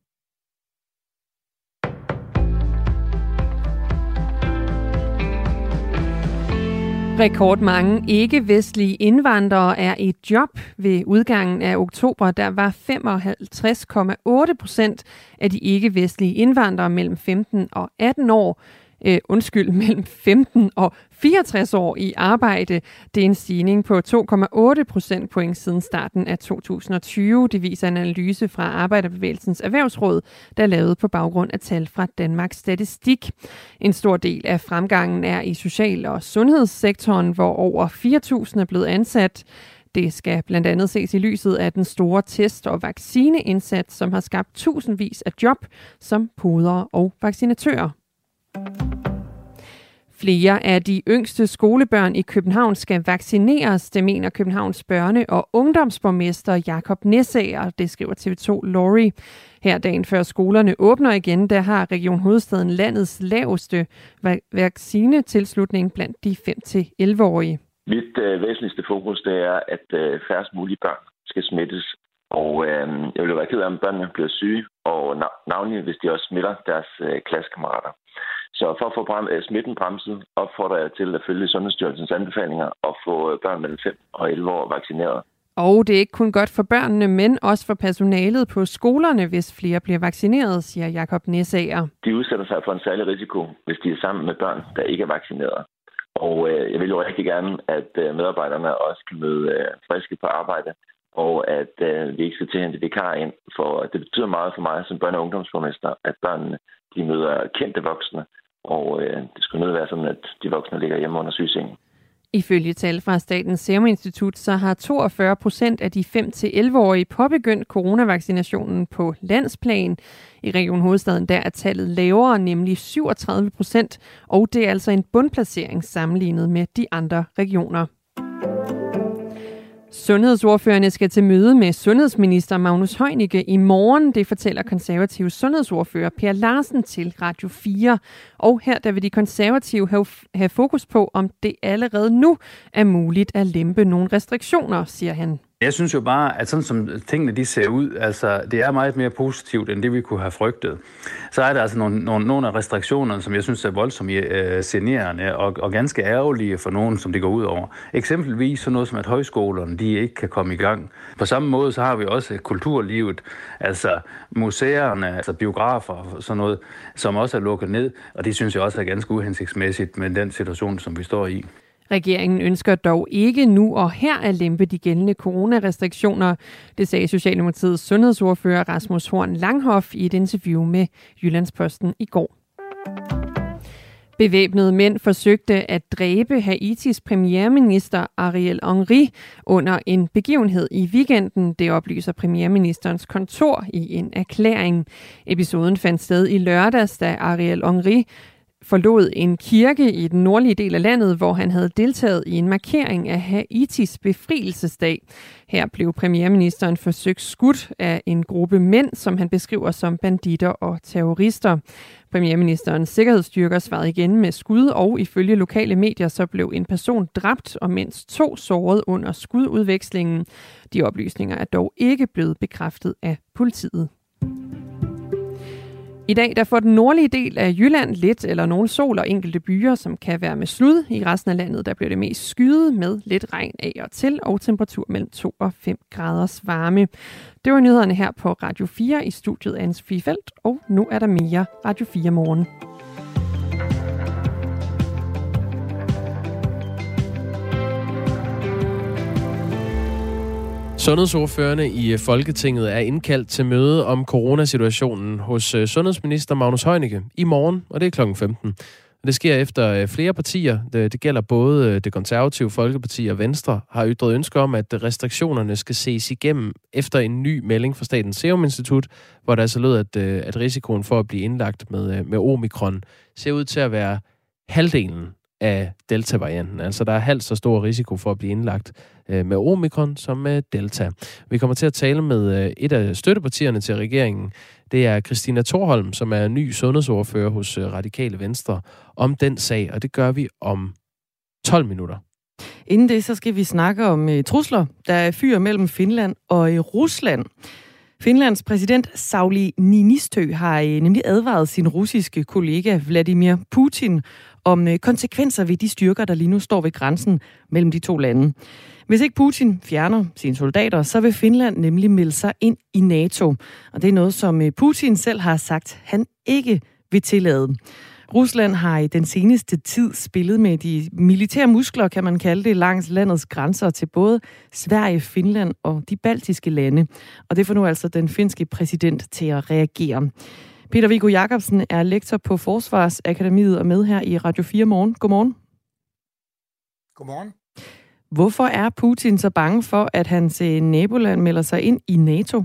Rekordmange ikke-vestlige indvandrere er i job. Ved udgangen af oktober, der var femoghalvtreds komma otte procent af de ikke-vestlige indvandrere mellem femten og atten år, øh, undskyld, mellem femten og fireogtres år i arbejde. Det er en stigning på to komma otte procentpoint siden starten af to tusind og tyve. Det viser en analyse fra Arbejderbevægelsens Erhvervsråd, der er lavet på baggrund af tal fra Danmarks Statistik. En stor del af fremgangen er i social- og sundhedssektoren, hvor over fire tusind er blevet ansat. Det skal blandt andet ses i lyset af den store test- og vaccineindsats, som har skabt tusindvis af job som podere og vaccinatører. Flere af de yngste skolebørn i København skal vaccineres, det mener Københavns børne- og ungdomsborgmester Jakob Nesager, det skriver T V to Lorry. Her dagen før skolerne åbner igen, der har Region Hovedstaden landets laveste vaccinetilslutning blandt de fem til elleve-årige.
Mit øh, væsentligste fokus det er, at øh, færrest mulige børn skal smittes. Og øh, jeg vil jo være ked af, om børnene bliver syge, og navnlig hvis de også smitter deres øh, klassekammerater. Så for at få smitten bremset, opfordrer jeg til at følge Sundhedsstyrelsens anbefalinger og få børn mellem fem og elleve år vaccineret.
Og det er ikke kun godt for børnene, men også for personalet på skolerne, hvis flere bliver vaccineret, siger Jakob Nesager.
De udsætter sig for en særlig risiko, hvis de er sammen med børn, der ikke er vaccineret. Og øh, jeg vil jo rigtig gerne, at øh, medarbejderne også kan møde øh, friske på arbejde, og at øh, vi ikke skal til at hente vikar ind. For det betyder meget for mig som børne- og ungdomsborgmester, at børnene de møder kendte voksne. Og øh, det skulle nødt være sådan, at de voksne ligger hjemme under sygesengen.
Ifølge tal fra Statens Serum Institut, så har toogfyrre procent af de fem til elleve-årige påbegyndt coronavaccinationen på landsplan. I Region Hovedstaden der er tallet lavere, nemlig syvogtredive procent, og det er altså en bundplacering sammenlignet med de andre regioner. Sundhedsordførerne skal til møde med sundhedsminister Magnus Heunicke i morgen. Det fortæller konservative sundhedsordfører Per Larsen til Radio fire. Og her der vil de konservative have, have fokus på, om det allerede nu er muligt at lempe nogle restriktioner, siger han.
Jeg synes jo bare, at sådan som tingene de ser ud, altså det er meget mere positivt, end det vi kunne have frygtet. Så er der altså nogle, nogle, nogle af restriktionerne, som jeg synes er voldsomt øh, generende og, og ganske ærgerlige for nogen, som det går ud over. Eksempelvis sådan noget som, at højskolerne de ikke kan komme i gang. På samme måde så har vi også kulturlivet, altså museerne, altså biografer og sådan noget, som også er lukket ned. Og det synes jeg også er ganske uhensigtsmæssigt med den situation, som vi står i.
Regeringen ønsker dog ikke nu og her at lempe de gældende coronarestriktioner. Det sagde Socialdemokratiets sundhedsordfører Rasmus Horn Langhoff i et interview med Jyllandsposten i går. Bevæbnede mænd forsøgte at dræbe Haitis premierminister Ariel Henry under en begivenhed i weekenden. Det oplyser premierministerens kontor i en erklæring. Episoden fandt sted i lørdags, da Ariel Henry forlod en kirke i den nordlige del af landet, hvor han havde deltaget i en markering af Haitis befrielsesdag. Her blev premierministeren forsøgt skudt af en gruppe mænd, som han beskriver som banditter og terrorister. Premierministerens sikkerhedsstyrker svarede igen med skud, og ifølge lokale medier så blev en person dræbt og mindst to såret under skududvekslingen. De oplysninger er dog ikke blevet bekræftet af politiet. I dag der får den nordlige del af Jylland lidt eller nogen sol og enkelte byer, som kan være med slud. I resten af landet der bliver det mest skyet med lidt regn af og til, og temperatur mellem to og fem graders varme. Det var nyhederne her på Radio fire i studiet af Anne-Sophie Feldt, og nu er der mere Radio fire morgen.
Sundhedsordførerne i Folketinget er indkaldt til møde om coronasituationen hos sundhedsminister Magnus Heunicke i morgen, og det er klokken femten. Det sker efter flere partier, det gælder både Det Konservative Folkeparti og Venstre, har ytret ønske om, at restriktionerne skal ses igennem efter en ny melding fra Statens Serum Institut, hvor der altså lød, at, at risikoen for at blive indlagt med, med omikron ser ud til at være halvdelen af Delta-varianten. Altså, der er halvt så stor risiko for at blive indlagt øh, med omikron som med Delta. Vi kommer til at tale med øh, et af støttepartierne til regeringen. Det er Christina Thorholm, som er ny sundhedsordfører hos øh, Radikale Venstre, om den sag, og det gør vi om tolv minutter.
Inden det, så skal vi snakke om uh, trusler, der er fyr mellem Finland og uh, Rusland. Finlands præsident Sauli Niinistö har uh, nemlig advaret sin russiske kollega Vladimir Putin om uh, konsekvenser ved de styrker, der lige nu står ved grænsen mellem de to lande. Hvis ikke Putin fjerner sine soldater, så vil Finland nemlig melde sig ind i NATO. Og det er noget, som uh, Putin selv har sagt, han ikke vil tillade. Rusland har i den seneste tid spillet med de militære muskler, kan man kalde det, langs landets grænser til både Sverige, Finland og de baltiske lande. Og det får nu altså den finske præsident til at reagere. Peter Viggo Jacobsen er lektor på Forsvarsakademiet og med her i Radio fire Morgen. Godmorgen.
Godmorgen.
Hvorfor er Putin så bange for, at hans naboland melder sig ind i NATO?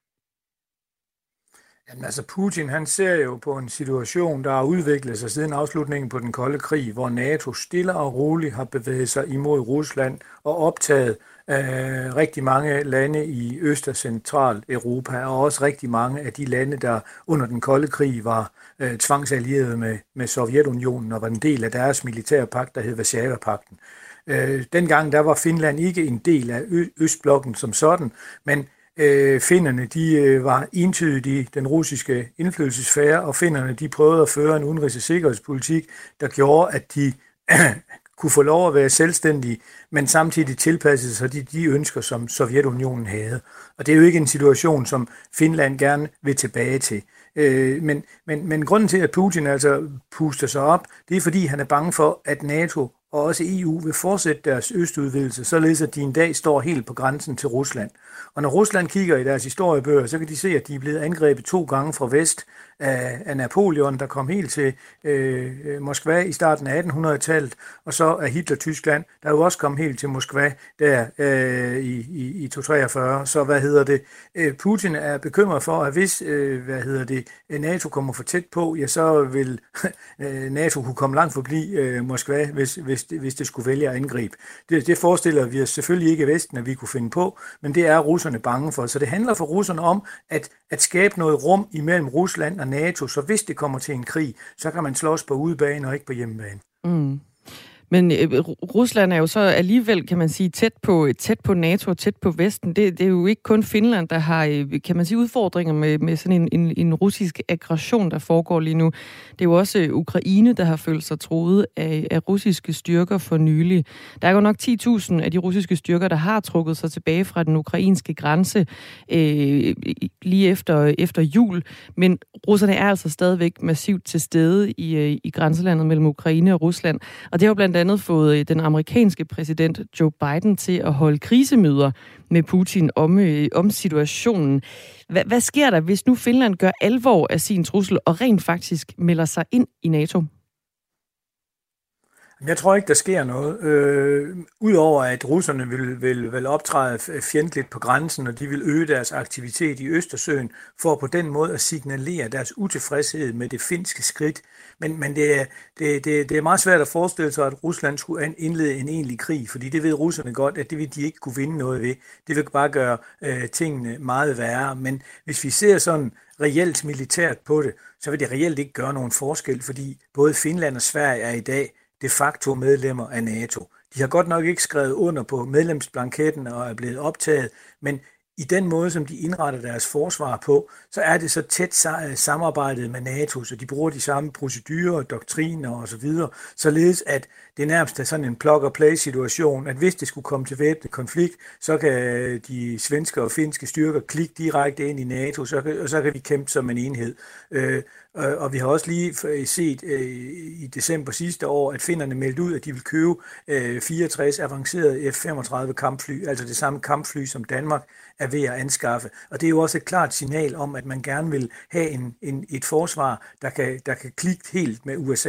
Jamen altså, Putin han ser jo på en situation, der har udviklet sig siden afslutningen på den kolde krig, hvor NATO stille og roligt har bevæget sig imod Rusland og optaget øh, rigtig mange lande i Øst- og Central-Europa, og også rigtig mange af de lande, der under den kolde krig var øh, tvangsallierede med, med Sovjetunionen og var en del af deres militære pagt, der hed Warszawapagten. Øh, dengang der var Finland ikke en del af Ø- Østblokken som sådan, men Øh, finnerne, de øh, var entydigt i den russiske indflydelsessfære, og finnerne, de prøvede at føre en udenrigs- og sikkerhedspolitik, der gjorde, at de kunne få lov at være selvstændige, men samtidig tilpassede sig de, de ønsker, som Sovjetunionen havde. Og det er jo ikke en situation, som Finland gerne vil tilbage til. Øh, men, men, men grunden til, at Putin altså puster sig op, det er, fordi han er bange for, at NATO og også E U vil fortsætte deres østudvidelse, således at de en dag står helt på grænsen til Rusland. Og når Rusland kigger i deres historiebøger, så kan de se, at de er blevet angrebet to gange fra vest af, af Napoleon, der kom helt til øh, Moskva i starten af attenhundredetallet, og så af Hitler-Tyskland, der jo også kom helt til Moskva der øh, i, i, i to treogfyrre. Så hvad hedder det? Putin er bekymret for, at hvis øh, hvad hedder det, NATO kommer for tæt på, ja, så vil NATO kunne komme langt forbi øh, Moskva, hvis, hvis, hvis det skulle vælge at angribe. Det, det forestiller vi os selvfølgelig ikke i Vesten, at vi kunne finde på, men det er russerne bange for. Så det handler for russerne om at, at skabe noget rum imellem Rusland og NATO, så hvis det kommer til en krig, så kan man slås på udebane og ikke på hjemmebane.
Mm. Men øh, Rusland er jo så alligevel, kan man sige, tæt på, tæt på NATO og tæt på Vesten. Det, det er jo ikke kun Finland, der har, kan man sige, udfordringer med, med sådan en, en, en russisk aggression, der foregår lige nu. Det er jo også Ukraine, der har følt sig truet af, af russiske styrker for nylig. Der er jo nok ti tusind af de russiske styrker, der har trukket sig tilbage fra den ukrainske grænse øh, lige efter, efter jul. Men russerne er altså stadigvæk massivt til stede i, i grænselandet mellem Ukraine og Rusland. Og det har jo blandt andet fået den amerikanske præsident Joe Biden til at holde krisemøder med Putin om, øh, om situationen. Hva, hvad sker der, hvis nu Finland gør alvor af sin trussel og rent faktisk melder sig ind i NATO?
Jeg tror ikke, der sker noget. Øh, Udover at russerne vil, vil, vil optræde fjendtligt på grænsen, og de vil øge deres aktivitet i Østersøen, for på den måde at signalere deres utilfredshed med det finske skridt. Men, men det, er, det, det, det er meget svært at forestille sig, at Rusland skulle indlede en egentlig krig, fordi det ved russerne godt, at det vil de ikke kunne vinde noget ved. Det vil bare gøre øh, tingene meget værre. Men hvis vi ser sådan reelt militært på det, så vil det reelt ikke gøre nogen forskel, fordi både Finland og Sverige er i dag de facto medlemmer af NATO. De har godt nok ikke skrevet under på medlemsblanketten og er blevet optaget, men i den måde, som de indretter deres forsvar på, så er det så tæt samarbejdet med NATO, så de bruger de samme procedurer, doktriner osv., således at det nærmest er sådan en plug-and-play-situation, at hvis det skulle komme til væbnet konflikt, så kan de svenske og finske styrker klikke direkte ind i NATO, så kan, og så kan vi kæmpe som en enhed. Øh, og vi har også lige set øh, i december sidste år, at finnerne meldte ud, at de vil købe øh, fireogtres avancerede F femogtredive kampfly, altså det samme kampfly, som Danmark er ved at anskaffe. Og det er jo også et klart signal om, at man gerne vil have en, en, et forsvar, der kan, der kan klikke helt med U S A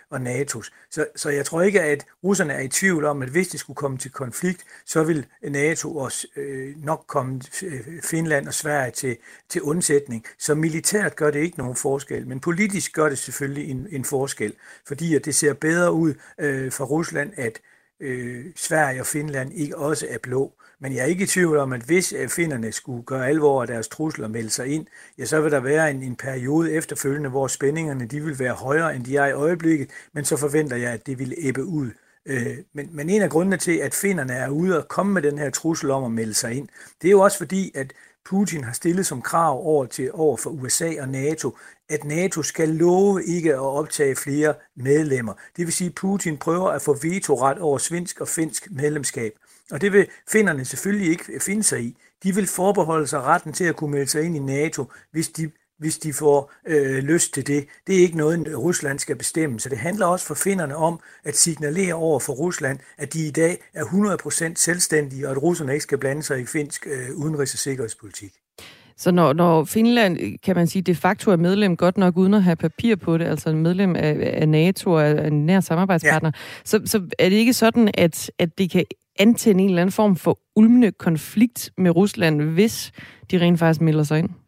og NATO's. Så, så jeg tror ikke, at russerne er i tvivl om, at hvis det skulle komme til konflikt, så vil NATO også øh, nok komme Finland og Sverige til, til undsætning. Så militært gør det ikke nogen forskel, men politisk gør det selvfølgelig en, en forskel, fordi at det ser bedre ud øh, for Rusland, at øh, Sverige og Finland ikke også er blå. Men jeg er ikke i tvivl om, at hvis finnerne skulle gøre alvor af deres trusler og melde sig ind, ja, så vil der være en, en periode efterfølgende, hvor spændingerne de vil være højere, end de er i øjeblikket, men så forventer jeg, at det vil ebbe ud. Øh, men, men en af grundene til, at finnerne er ude og komme med den her trussel om at melde sig ind, det er jo også fordi, at Putin har stillet som krav over, til, over for U S A og NATO, at NATO skal love ikke at optage flere medlemmer. Det vil sige, at Putin prøver at få vetoret over svensk og finsk medlemskab. Og det vil finnerne selvfølgelig ikke finde sig i. De vil forbeholde sig retten til at kunne melde sig ind i NATO, hvis de, hvis de får øh, lyst til det. Det er ikke noget, Rusland skal bestemme. Så det handler også for finnerne om at signalere over for Rusland, at de i dag er hundrede procent selvstændige, og at russerne ikke skal blande sig i finsk øh, udenrigs- og sikkerhedspolitik.
Så når, når Finland, kan man sige, de facto er medlem, godt nok uden at have papir på det, altså en medlem af, af NATO og af en nær samarbejdspartner, ja. så, så er det ikke sådan, at, at det kan antænde en eller anden form for ulmende konflikt med Rusland, hvis de rent faktisk melder sig ind?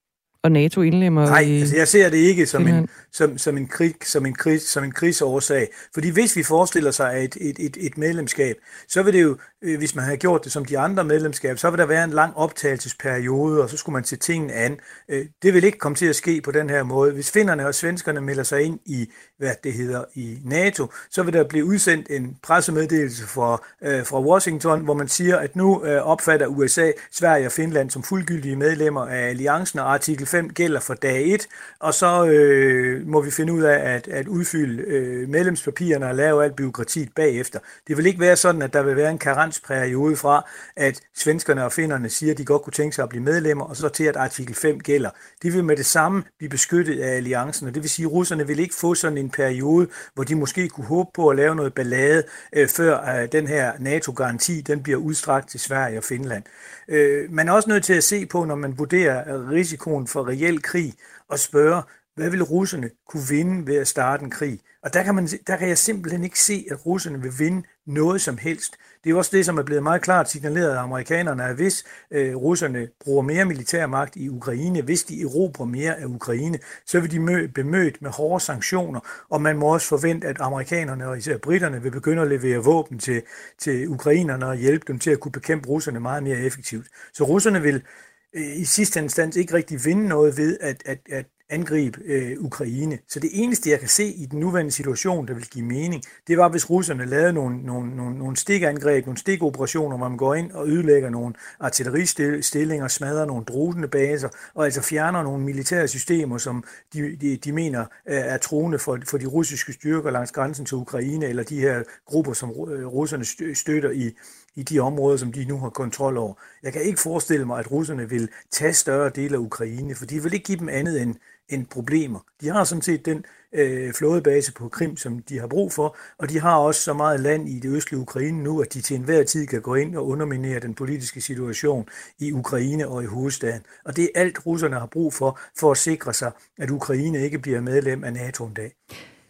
Og NATO indlemmer...
Nej, altså jeg ser det ikke som en, som, som en, krig, som en, krig, som en krigsårsag. Fordi hvis vi forestiller sig et, et, et, et medlemskab, så vil det jo, hvis man havde gjort det som de andre medlemskab, så vil der være en lang optagelsesperiode, og så skulle man se tingene an. Det vil ikke komme til at ske på den her måde. Hvis finnerne og svenskerne melder sig ind i, hvad det hedder, i NATO, så vil der blive udsendt en pressemeddelelse fra, øh, fra Washington, hvor man siger, at nu øh, opfatter U S A, Sverige og Finland som fuldgyldige medlemmer af alliancen, og artikel fem gælder for dag et, og så øh, må vi finde ud af at, at udfylde øh, medlemspapirerne og lave alt byråkratiet bagefter. Det vil ikke være sådan, at der vil være en karensperiode fra, at svenskerne og finnerne siger, at de godt kunne tænke sig at blive medlemmer, og så til, at artikel fem gælder. De vil med det samme blive beskyttet af alliancen, og det vil sige, at russerne vil ikke få sådan en periode, hvor de måske kunne håbe på at lave noget ballade, øh, før øh, den her NATO-garanti den bliver udstrakt til Sverige og Finland. Øh, man er også nødt til at se på, når man vurderer risikoen for reel krig, og spørge, hvad vil russerne kunne vinde ved at starte en krig? Og der kan, man, der kan jeg simpelthen ikke se, at russerne vil vinde noget som helst. Det er også det, som er blevet meget klart signaleret af amerikanerne, at hvis øh, russerne bruger mere militærmagt i Ukraine, hvis de erobrer mere af Ukraine, så vil de mø- bemødt med hårde sanktioner, og man må også forvente, at amerikanerne og især britterne vil begynde at levere våben til, til ukrainerne og hjælpe dem til at kunne bekæmpe russerne meget mere effektivt. Så russerne vil øh, i sidste instans ikke rigtig vinde noget ved at, at, at angribe øh, Ukraine. Så det eneste, jeg kan se i den nuværende situation, der vil give mening, det var, hvis russerne lavede nogle, nogle, nogle, nogle stikangreb, nogle stikoperationer, hvor man går ind og ødelægger nogle artilleristillinger, smadrer nogle dronebaser, og altså fjerner nogle militære systemer, som de, de, de mener er truende for, for de russiske styrker langs grænsen til Ukraine, eller de her grupper, som russerne støtter i i de områder, som de nu har kontrol over. Jeg kan ikke forestille mig, at russerne vil tage større dele af Ukraine, for de vil ikke give dem andet end, end problemer. De har sådan set den øh, flådebase på Krim, som de har brug for, og de har også så meget land i det østlige Ukraine nu, at de til enhver tid kan gå ind og underminere den politiske situation i Ukraine og i hovedstaden. Og det er alt, russerne har brug for, for at sikre sig, at Ukraine ikke bliver medlem af NATO en dag.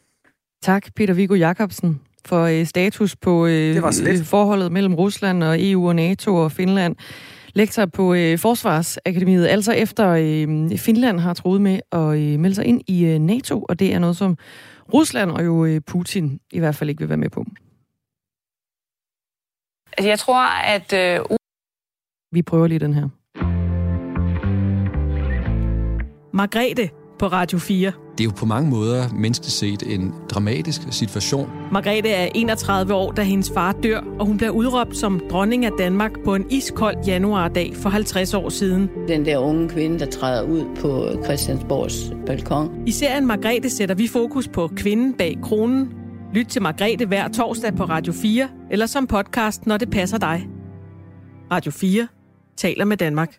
Tak, Peter Viggo Jacobsen, for øh, status på øh, forholdet mellem Rusland og E U og NATO og Finland. Lektor på øh, Forsvarsakademiet, altså efter øh, Finland har troet med at øh, melde sig ind i øh, NATO, og det er noget, som Rusland og jo øh, Putin i hvert fald ikke vil være med på.
Altså, jeg tror, at... Øh...
Vi prøver lige den her.
Margrethe på Radio fire.
Det er jo på mange måder menneskeligt set en dramatisk situation.
Margrethe er enogtredive år, da hendes far dør, og hun bliver udråbt som dronning af Danmark på en iskold januardag for halvtreds år siden.
Den der unge kvinde, der træder ud på Christiansborgs balkon.
I serien Margrethe sætter vi fokus på kvinden bag kronen. Lyt til Margrethe hver torsdag på Radio fire, eller som podcast, når det passer dig. Radio fire taler med Danmark.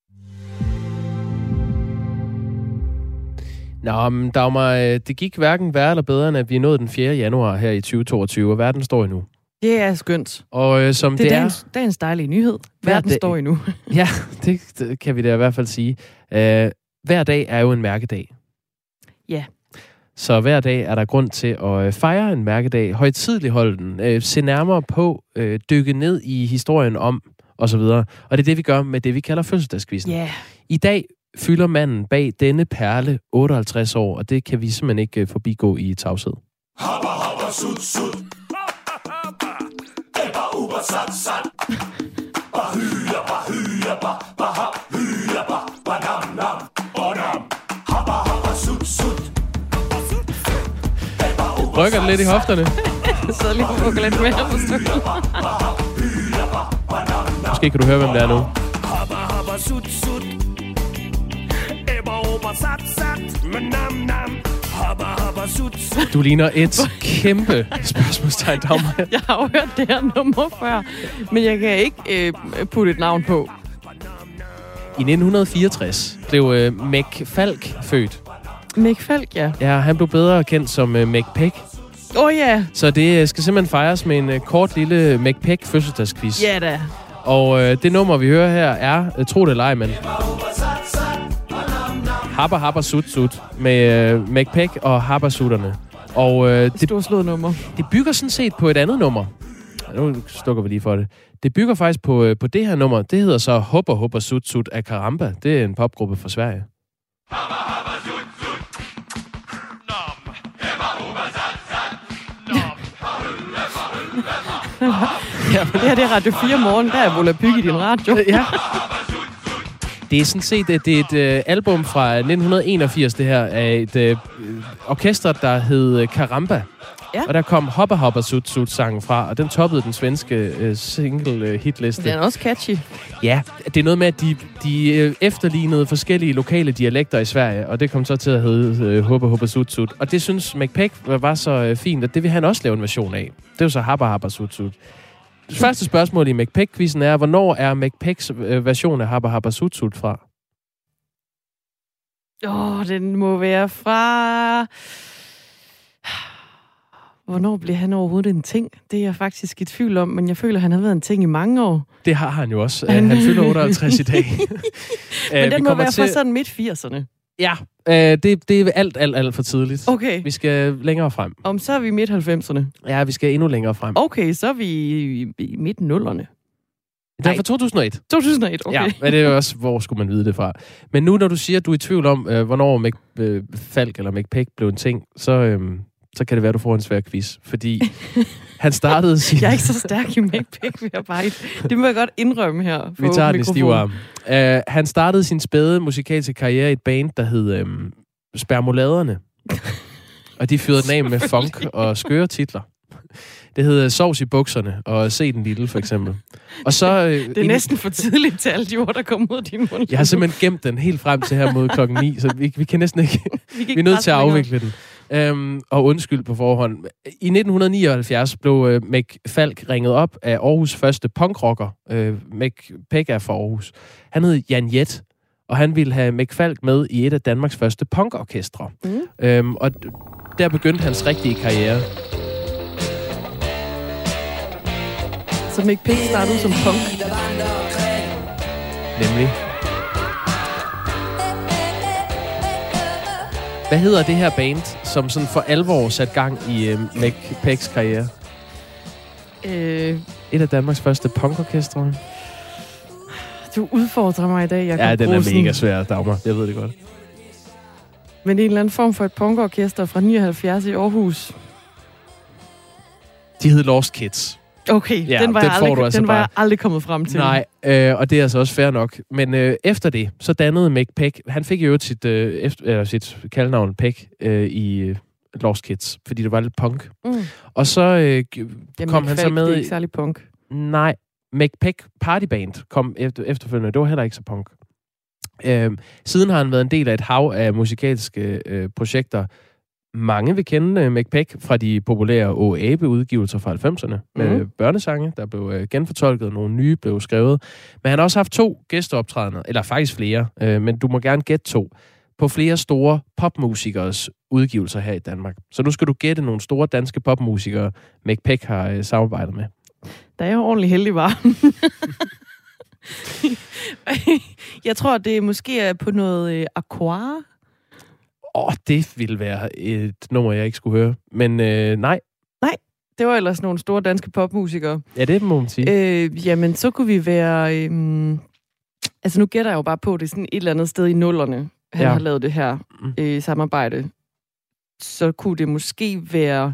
Nå, men Dagmar, det gik hverken værre eller bedre, end at vi nåede den fjerde januar her i tyve toogtyve, og verden står endnu.
Det er skønt.
Og øh, som
det er
det
dagens, er... dagens dejlige nyhed. Verden
dag...
står endnu.
Ja, det, det kan vi da i hvert fald sige. Uh, hver dag er jo en mærkedag.
Ja.
Så hver dag er der grund til at fejre en mærkedag, højtidligt holde den, øh, se nærmere på, øh, dykke ned i historien om, og så videre. Og det er det, vi gør med det, vi kalder fødselsdagskvisten.
Yeah.
I dag fylder manden bag denne perle otteoghalvtreds år, og det kan vi simpelthen ikke øh, forbigå i tavshed.
Habba, habba, sut, sut. Ebba, ubba, sat, sat. Bahyla, bahyla, ba, baha, hyla, ba, banam, nam, bonam. Habba, habba, sut, sut.
Rykker det lidt i hofterne?
Jeg sidder lige og bukker lidt mere på stykket.
Måske kan du høre, hvem det er nu.
Habba, habba, sut, sut. Ebba, ubba, sat, sat. Manam, nam. Habba, habba, sut, sut.
Du ligner et kæmpe spørgsmålstegn, Dagmar.
Jeg har jo hørt det her nummer før, men jeg kan ikke øh, putte et navn på.
I nitten fireogtres blev øh, Mick Falk født.
Mick Falk, ja.
Ja, han blev bedre kendt som øh, Mick Peck.
Åh oh, ja.
Så det øh, skal simpelthen fejres med en øh, kort lille Mick Peck fødselsdagsquiz.
Ja da.
Og øh, det nummer, vi hører her, er, øh, tro det eller ej, men Habba Habba Sut Sut med øh, Mick Peck og Habba-sutterne. Og øh, det,
storslået nummer.
Det bygger sådan set på et andet nummer. Nu stukker vi lige for det. Det bygger faktisk på, øh, på det her nummer. Det hedder så Hubba Hubba Sut Sut af Karamba. Det er en popgruppe fra Sverige.
Ja, det her det er Radio fire morgen. Der er Volapyk i din radio.
Ja. Det er sådan set det er et øh, album fra nitten enogfirs, det her, af et øh, orkester, der hed Karamba. Ja. Og der kom Hubba Hubba Sut Sut sangen fra, og den toppede den svenske øh, single øh, hitliste.
Den er også catchy.
Ja, det er noget med, at de, de øh, efterlignede forskellige lokale dialekter i Sverige, og det kom så til at hedde øh, Hubba Hubba Sut Sut. Og det synes Mick Peck var så øh, fint, at det vil han også lave en version af. Det er jo så Habba Habba Sut Sut. Det første spørgsmål i Mick Peck-quizzen er, hvornår er Mick Pecks øh, version af Habba Habba Sut Sut fra?
Åh, oh, den må være fra... Hvornår blev han overhovedet en ting? Det er jeg faktisk i tvivl om, men jeg føler, at han har været en ting i mange år.
Det har han jo også. Han, han fylder otteoghalvtreds i dag.
Men den må være til... fra sådan midt firserne.
Ja, øh, det, det er alt, alt, alt for tidligt.
Okay.
Vi skal længere frem.
Om så er vi midt halvfemserne.
Ja, vi skal endnu længere frem.
Okay, så er vi i, i midt nullerne.
Det er fra to tusind og et.
to tusind og et, okay.
Ja, men det er jo også, hvor skulle man vide det fra. Men nu, når du siger, at du er i tvivl om, øh, hvornår Mick øh, Falk eller Mick Peck blev en ting, så... Øh, så kan det være, du får en svær quiz. Fordi han startede sin...
Jeg er ikke så stærk i Mick Peck, vil jeg bare... Det må jeg godt indrømme her.
Vi tager den i stiv arm. Uh, han startede sin spæde musikalske karriere i et band, der hed um, Spermoladerne. Og de fyrede den af med funk og skøre titler. Det hed Sovs i bukserne og Se den lille, for eksempel. Og så, uh,
det er en... næsten for tidligt til alle de ord, der kommer ud af din mund.
Jeg har simpelthen gemt den helt frem til her mod klokken ni, så vi, vi kan næsten ikke... vi, vi er nødt til at afvikle den. Um, og undskyld på forhånd. I nitten nioghalvfjerds blev uh, Mick Falk ringet op af Aarhus første punkrocker. Uh, Mick Peck er fra Aarhus. Han hed Jan Jet, og han ville have Mick Falk med i et af Danmarks første punkorkestre. Mm. Um, og der begyndte hans rigtige karriere.
Så Mick Peck startede som punk?
Nemlig. Hvad hedder det her band, som sådan for alvor satte gang i øh, Mick Pecks karriere?
Øh...
Et af Danmarks første punkorkestre.
Du udfordrer mig i dag, jeg
Ja, den er mega svær, Dagmar. Jeg ved det godt.
Men en eller anden form for et punkorkester fra nioghalvfjerds i Aarhus.
De hed Lost Kids.
Okay, ja, den var, den jeg, aldrig, altså den var bare... jeg aldrig kommet frem til.
Nej, øh, og det er altså også fair nok. Men øh, efter det, så dannede Mick Peck... Han fik jo sit, øh, efter, øh, sit kaldnavn Peck øh, i øh, Lost Kids, fordi det var lidt punk. Mm. Og så øh,
Jamen,
kom han så med...
det er ikke særlig punk.
Nej, Mick Peck Party Band kom efter, efterfølgende. Det var heller ikke så punk. Øh, siden har han været en del af et hav af musikalske øh, projekter. Mange vil kende uh, Mick Peck fra de populære Å Abe-udgivelser fra halvfemserne med mm. børnesange, der blev uh, genfortolket, og nogle nye blev skrevet. Men han har også haft to gæsteoptrædener, eller faktisk flere, uh, men du må gerne gætte to, på flere store popmusikers udgivelser her i Danmark. Så nu skal du gætte nogle store danske popmusikere, Mick Peck har uh, samarbejdet med.
Der er jo ordentligt heldig, var. Jeg tror, det måske er på noget uh, Aqua.
Åh, det ville være et nummer, jeg ikke skulle høre. Men øh, nej.
Nej, det var ellers nogle store danske popmusikere.
Ja, det må man sige.
Øh, jamen, så kunne vi være... Øh, altså, nu gætter jeg jo bare på, det er sådan et eller andet sted i nullerne, han ja. har lavet det her øh, samarbejde. Så kunne det måske være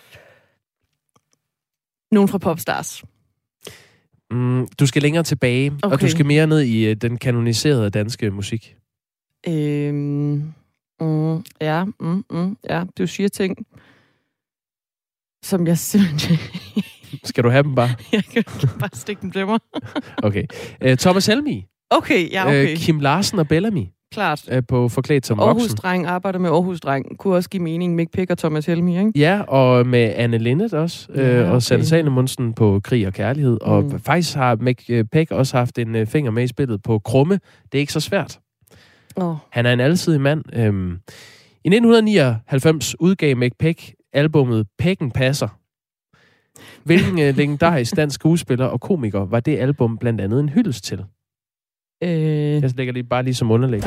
nogen fra Popstars.
Mm, du skal længere tilbage, okay. og du skal mere ned i uh, den kanoniserede danske musik.
Øhm, mm, ja, mm, mm, ja, du siger ting, som jeg simpelthen...
Skal du have dem bare?
Jeg kan bare stikke dem til mig.
Okay. Uh, Thomas Helmig.
Okay, ja, okay.
Uh, Kim Larsen og Bellamy.
Klart.
Uh, på Forklædt som voksen.
Aarhus-dreng arbejder med Aarhus-dreng. Kunne også give mening. Mick Pick og Thomas Helmig, ikke?
Ja, og med Anne Linnet også. Ja, okay. Og Sanne Salomonsen på Krig og Kærlighed. Mm. Og faktisk har Mick Pick også haft en uh, finger med i spillet på Krumme. Det er ikke så svært.
Oh.
Han er en alsidig mand. Øhm, I nitten nioghalvfems udgav Mick Pick albummet Pekken Passer. Hvilken uh, legendarisk dansk skuespiller og komiker var det album blandt andet en hyldest til?
Øh...
Jeg lægger det bare lige som underlæg.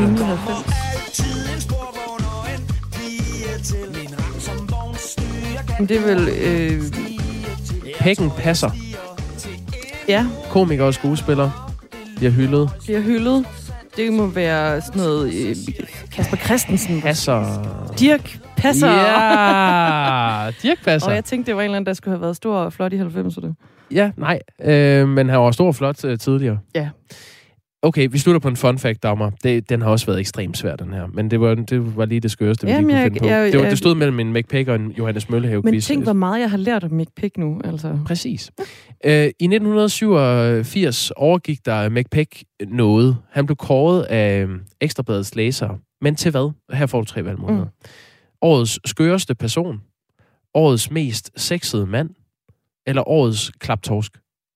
Det er vel... Øh...
Pekken Passer.
Ja.
Komiker og skuespiller. De har hyldet.
De har hyldet. Det må være sådan noget... Øh, Kasper Christensen.
Passer.
Dirch Passer.
Ja, Dirch Passer.
Og jeg tænkte, det var en eller anden, der skulle have været stor og flot i halvfemserne.
Ja, nej. Øh, men han var stor og flot øh, tidligere.
Ja.
Okay, vi slutter på en fun fact, Dagmar. Det, den har også været ekstremt svær, den her. Men det var, det var lige det skøreste, vi
Jamen,
lige kunne
jeg,
finde på.
jeg, jeg,
det, var, det stod mellem en Mick Pick og en Johannes Møllehave-quiz.
Men tænk, hvor meget jeg har lært om Mick Pick nu. Altså.
Præcis. Øh, I nitten syvogfirs overgik der Mick Pick noget. Han blev kåret af Ekstrabladets læsere. Men til hvad? Her får du tre valgmuligheder. Mm. Årets skøreste person. Årets mest sexede mand. Eller årets klaptorsk.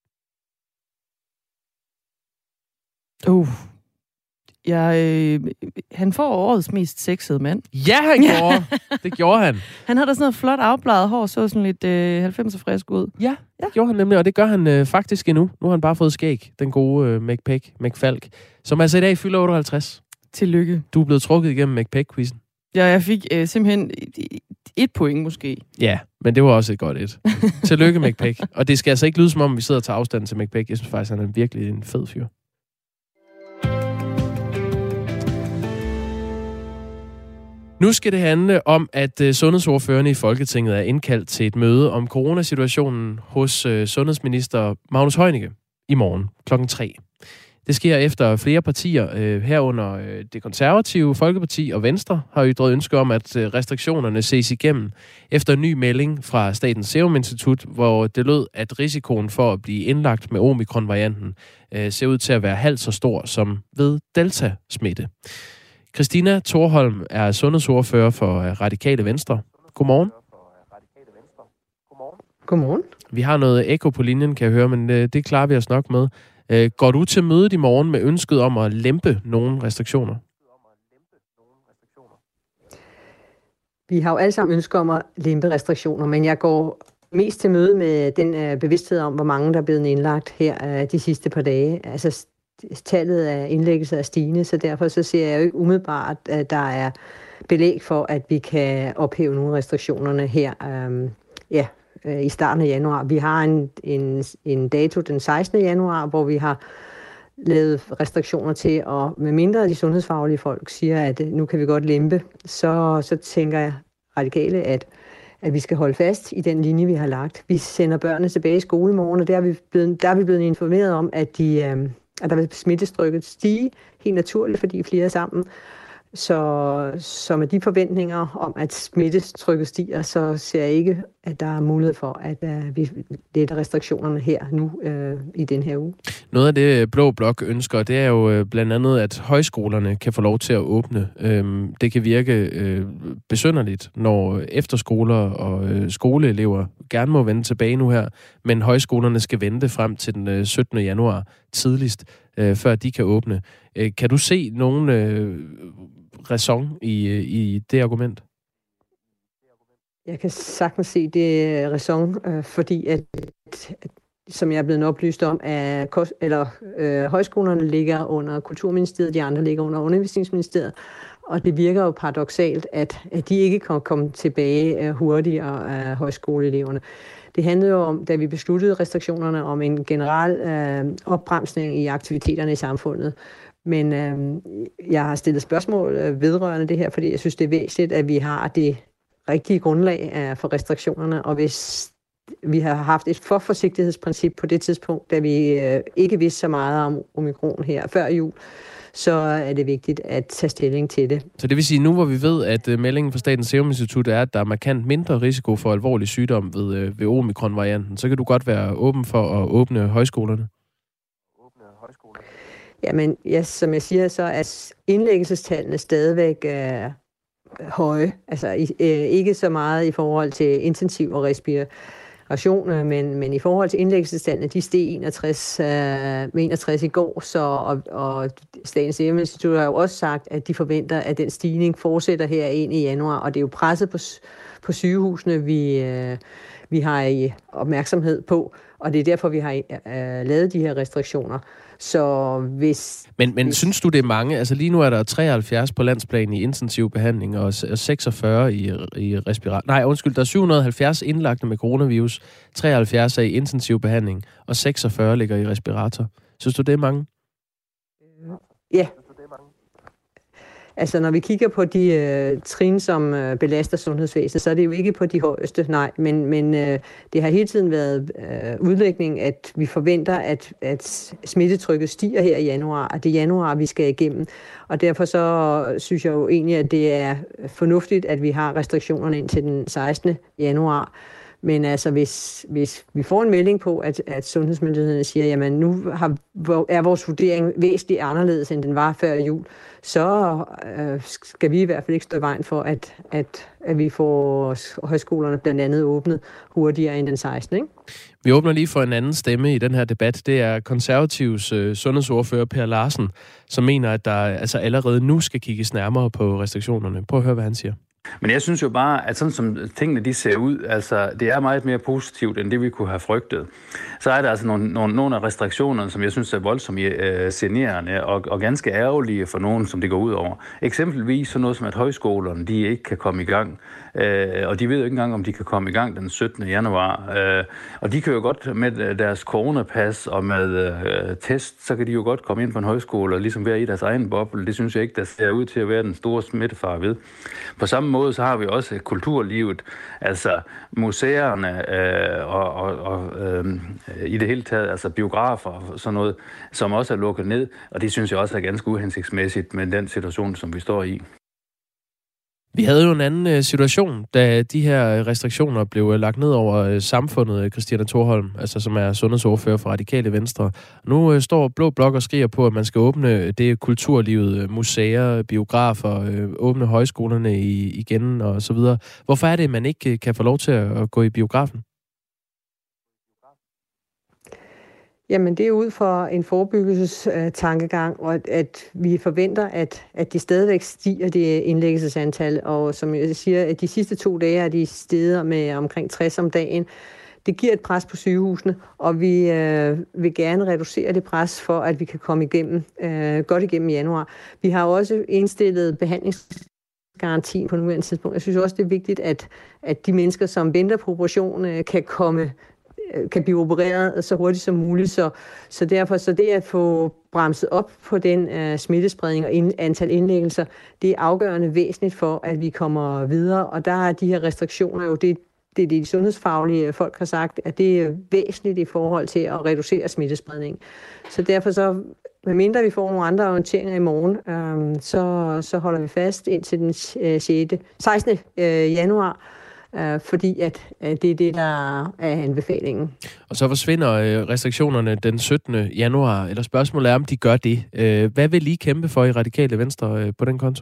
Uh. Jeg, øh, han får årets mest sexede mand.
Ja, han gjorde. Det gjorde han.
Han havde da sådan noget flot afbladet hår, så sådan lidt øh, halvfemser frisk ud.
Ja, det gjorde han nemlig, og det gør han øh, faktisk endnu. Nu har han bare fået skæg, den gode øh, Mick Pick, Mick Falk, som altså i dag fylder otteoghalvtreds.
Tillykke.
Du er blevet trukket igennem Mick Pick-quizzen.
Ja, jeg fik øh, simpelthen et point måske.
Ja, men det var også et godt et. Tillykke, Mick Pick. Og det skal altså ikke lyde som om, vi sidder og tager afstand til Mick Pick. Jeg synes faktisk, han er virkelig en fed fyr. Nu skal det handle om, at uh, sundhedsordførerne i Folketinget er indkaldt til et møde om coronasituationen hos uh, sundhedsminister Magnus Heunicke i morgen klokken tre. Det sker efter flere partier, uh, herunder uh, det konservative Folkeparti og Venstre, har ytret ønske om, at uh, restriktionerne ses igennem efter en ny melding fra Statens Serum Institut, hvor det lød, at risikoen for at blive indlagt med omikron-varianten uh, ser ud til at være halvt så stor som ved delta-smitte. Christina Thorholm er sundhedsordfører for Radikale Venstre. Godmorgen.
Godmorgen.
Vi har noget ekko på linjen, kan jeg høre, men det klarer vi os nok med. Går du til mødet i morgen med ønsket om at lempe nogle restriktioner?
Vi har jo alle sammen ønsker om at lempe restriktioner, men jeg går mest til møde med den bevidsthed om, hvor mange der er blevet indlagt her de sidste par dage. Altså tallet af indlæggelser er stigende, så derfor så ser jeg jo ikke umiddelbart, at der er belæg for, at vi kan ophæve nogle restriktionerne her øhm, ja, øh, i starten af januar. Vi har en, en, en dato den sekstende januar, hvor vi har lavet restriktioner til, og med mindre de sundhedsfaglige folk siger, at nu kan vi godt lempe, så, så tænker jeg radikale, at at vi skal holde fast i den linje, vi har lagt. Vi sender børnene tilbage i skole i morgen, og der er vi blevet, der er vi blevet informeret om, at de... Øh, at der vil smittetrykket stige helt naturligt, fordi flere er sammen. Så, så med de forventninger om, at smittetrykket stiger, så ser jeg ikke, at der er mulighed for, at uh, vi letter restriktionerne her nu uh, i den her uge.
Noget af det Blå Blok ønsker, det er jo blandt andet, at højskolerne kan få lov til at åbne. Øhm, det kan virke øh, besynderligt, når efterskoler og øh, skoleelever gerne må vende tilbage nu her, men højskolerne skal vente frem til den øh, syttende januar tidligst, øh, før de kan åbne. Øh, kan du se nogen øh, ræson i, i det argument?
Jeg kan sagtens se det ræson, øh, fordi at, at, som jeg er blevet oplyst om, at eller, øh, højskolerne ligger under Kulturministeriet, de andre ligger under Undervisningsministeriet, og det virker jo paradoksalt, at, at de ikke kan komme tilbage hurtigere af højskoleeleverne. Det handlede jo om, da vi besluttede restriktionerne, om en generel øh, opbremsning i aktiviteterne i samfundet. Men øh, jeg har stillet spørgsmål øh, vedrørende det her, fordi jeg synes, det er væsentligt, at vi har det rigtige grundlag øh, for restriktionerne, og hvis vi har haft et for forsigtighedsprincip på det tidspunkt, da vi øh, ikke vidste så meget om omikron her før jul, så er det vigtigt at tage stilling til det.
Så det vil sige, nu hvor vi ved, at uh, meldingen fra Statens Serum Institut er, at der er markant mindre risiko for alvorlig sygdom ved, uh, ved omikron-varianten, så kan du godt være åben for at åbne højskolerne?
Jamen, ja, som jeg siger, så er indlæggelsestallene stadigvæk øh, høje. Altså i, øh, ikke så meget i forhold til intensiv og respiration, men, men i forhold til indlæggelsestallene, de steg enogtres, øh, med enogtres i går, så, og, og Statens Serum Institut har jo også sagt, at de forventer, at den stigning fortsætter her ind i januar, og det er jo presset på, på sygehusene, vi, øh, vi har i opmærksomhed på, og det er derfor, vi har øh, lavet de her restriktioner. Så hvis...
Men, men hvis... synes du, det er mange? Altså lige nu er der treoghalvfjerds på landsplan i intensiv behandling, og seksogfyrre i, i respirator. Nej, undskyld, der er syv hundrede og halvfjerds indlagte med coronavirus, treoghalvfjerds er i intensiv behandling, og seksogfyrre ligger i respirator. Synes du, det er mange?
Ja. Altså, når vi kigger på de øh, trin, som øh, belaster sundhedsvæsenet, så er det jo ikke på de højeste, nej, men, men øh, det har hele tiden været øh, udlægning, at vi forventer, at, at smittetrykket stiger her i januar, og det er januar, vi skal igennem. Og derfor så synes jeg jo egentlig, at det er fornuftigt, at vi har restriktionerne ind til den sekstende januar. Men altså, hvis, hvis vi får en melding på, at, at sundhedsmyndighederne siger, jamen nu har, er vores vurdering væsentligt anderledes, end den var før jul, så øh, skal vi i hvert fald ikke stå i vejen for, at, at, at vi får højskolerne blandt andet åbnet hurtigere end den sekstende. Ikke?
Vi åbner lige for en anden stemme i den her debat. Det er Konservativs øh, sundhedsordfører Per Larsen, som mener, at der altså allerede nu skal kigges nærmere på restriktionerne. Prøv at høre, hvad han siger.
Men jeg synes jo bare, at sådan som tingene de ser ud, altså det er meget mere positivt, end det vi kunne have frygtet. Så er der altså nogle, nogle, nogle af restriktionerne, som jeg synes er voldsomt øh, generende og, og ganske ærgerlige for nogen, som det går ud over. Eksempelvis sådan noget som, at højskolerne de ikke kan komme i gang. Øh, og de ved jo ikke engang, om de kan komme i gang den syttende januar. Øh, og de kan jo godt med deres coronapas og med øh, test, så kan de jo godt komme ind på en højskole og ligesom være i deres egen boble. Det synes jeg ikke, der ser ud til at være den store smittefare ved. På samme måde så har vi også kulturlivet, altså museerne øh, og, og, og øh, i det hele taget, altså biografer og sådan noget, som også er lukket ned, og det synes jeg også er ganske uhensigtsmæssigt med den situation, som vi står i.
Vi havde jo en anden situation, da de her restriktioner blev lagt ned over samfundet, Christina Thorholm, altså som er sundhedsordfører for Radikale Venstre. Nu står Blå Blok og skriger på, at man skal åbne det kulturlivet, museer, biografer, åbne højskolerne igen og så videre. Hvorfor er det, at man ikke kan få lov til at gå i biografen?
Jamen, det er ud fra en forebyggelsestankegang, og at, at vi forventer, at, at det stadigvæk stiger, det indlæggelsesantal. Og som jeg siger, at de sidste to dage er de steget med omkring tres om dagen. Det giver et pres på sygehusene, og vi øh, vil gerne reducere det pres for, at vi kan komme igennem, øh, godt igennem januar. Vi har også indstillet behandlingsgarantien på nuværende tidspunkt. Jeg synes også, det er vigtigt, at, at de mennesker, som venter på operation, øh, kan komme kan blive opereret så hurtigt som muligt. Så, så derfor så det at få bremset op på den uh, smittespredning og ind, antal indlæggelser, det er afgørende væsentligt for, at vi kommer videre. Og der er de her restriktioner jo, det, det er det, de sundhedsfaglige folk har sagt, at det er væsentligt i forhold til at reducere smittespredning. Så derfor så, medmindre vi får nogle andre orienteringer i morgen, øhm, så, så holder vi fast indtil den sjette, sekstende januar, Uh, fordi at uh, det er det, der er anbefalingen.
Og så forsvinder uh, restriktionerne den syttende januar, eller spørgsmålet er, om de gør det. Uh, hvad vil I kæmpe for i Radikale Venstre uh, på den konto?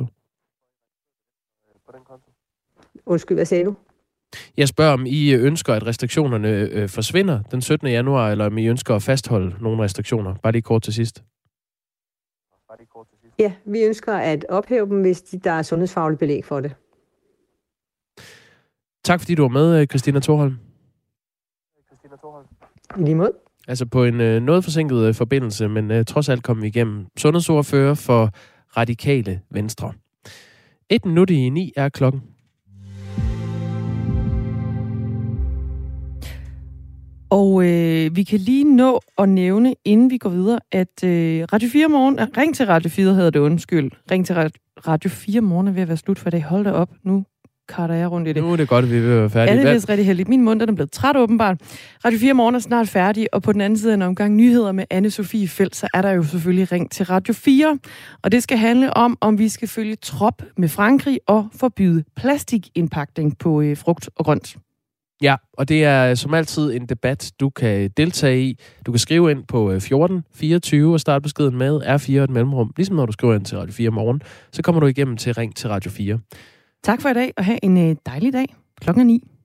Undskyld, hvad sagde du?
Jeg spørger, om I ønsker, at restriktionerne uh, forsvinder den syttende januar, eller om I ønsker at fastholde nogle restriktioner? Bare lige kort til sidst.
Ja, vi ønsker at ophæve dem, hvis der er sundhedsfagligt belæg for det.
Tak fordi du var med, Christina Thorholm.
Lige måde.
Altså på en øh, noget forsinket øh, forbindelse, men øh, trods alt kom vi igennem. Sundhedsordfører for Radikale Venstre. Et minut i ni er klokken.
Og øh, vi kan lige nå at nævne, inden vi går videre, at øh, Radio fire Morgen... Øh, ring til Radio fire hedder det, undskyld. Ring til Radio fire Morgen er ved at være slut for i dag. Hold da op, nu karter jeg rundt i det.
Nu er det godt, at vi er ved at være færdige.
Ja, det er vist rigtig heldigt. Min mund er blevet træt åbenbart. Radio fire Morgen er snart færdig, og på den anden side af en omgang nyheder med Anne-Sophie Felt, så er der jo selvfølgelig ring til Radio fire. Og det skal handle om, om vi skal følge trop med Frankrig og forbyde plastikindpakning på øh, frugt og grønt.
Ja, og det er som altid en debat, du kan deltage i. Du kan skrive ind på fjorten fireogtyve og starte beskeden med R fire og et mellemrum. Ligesom når du skriver ind til Radio fire Morgen, så kommer du igennem til ring til Radio fire.
Tak for i dag, og have en dejlig dag. Klokken er ni.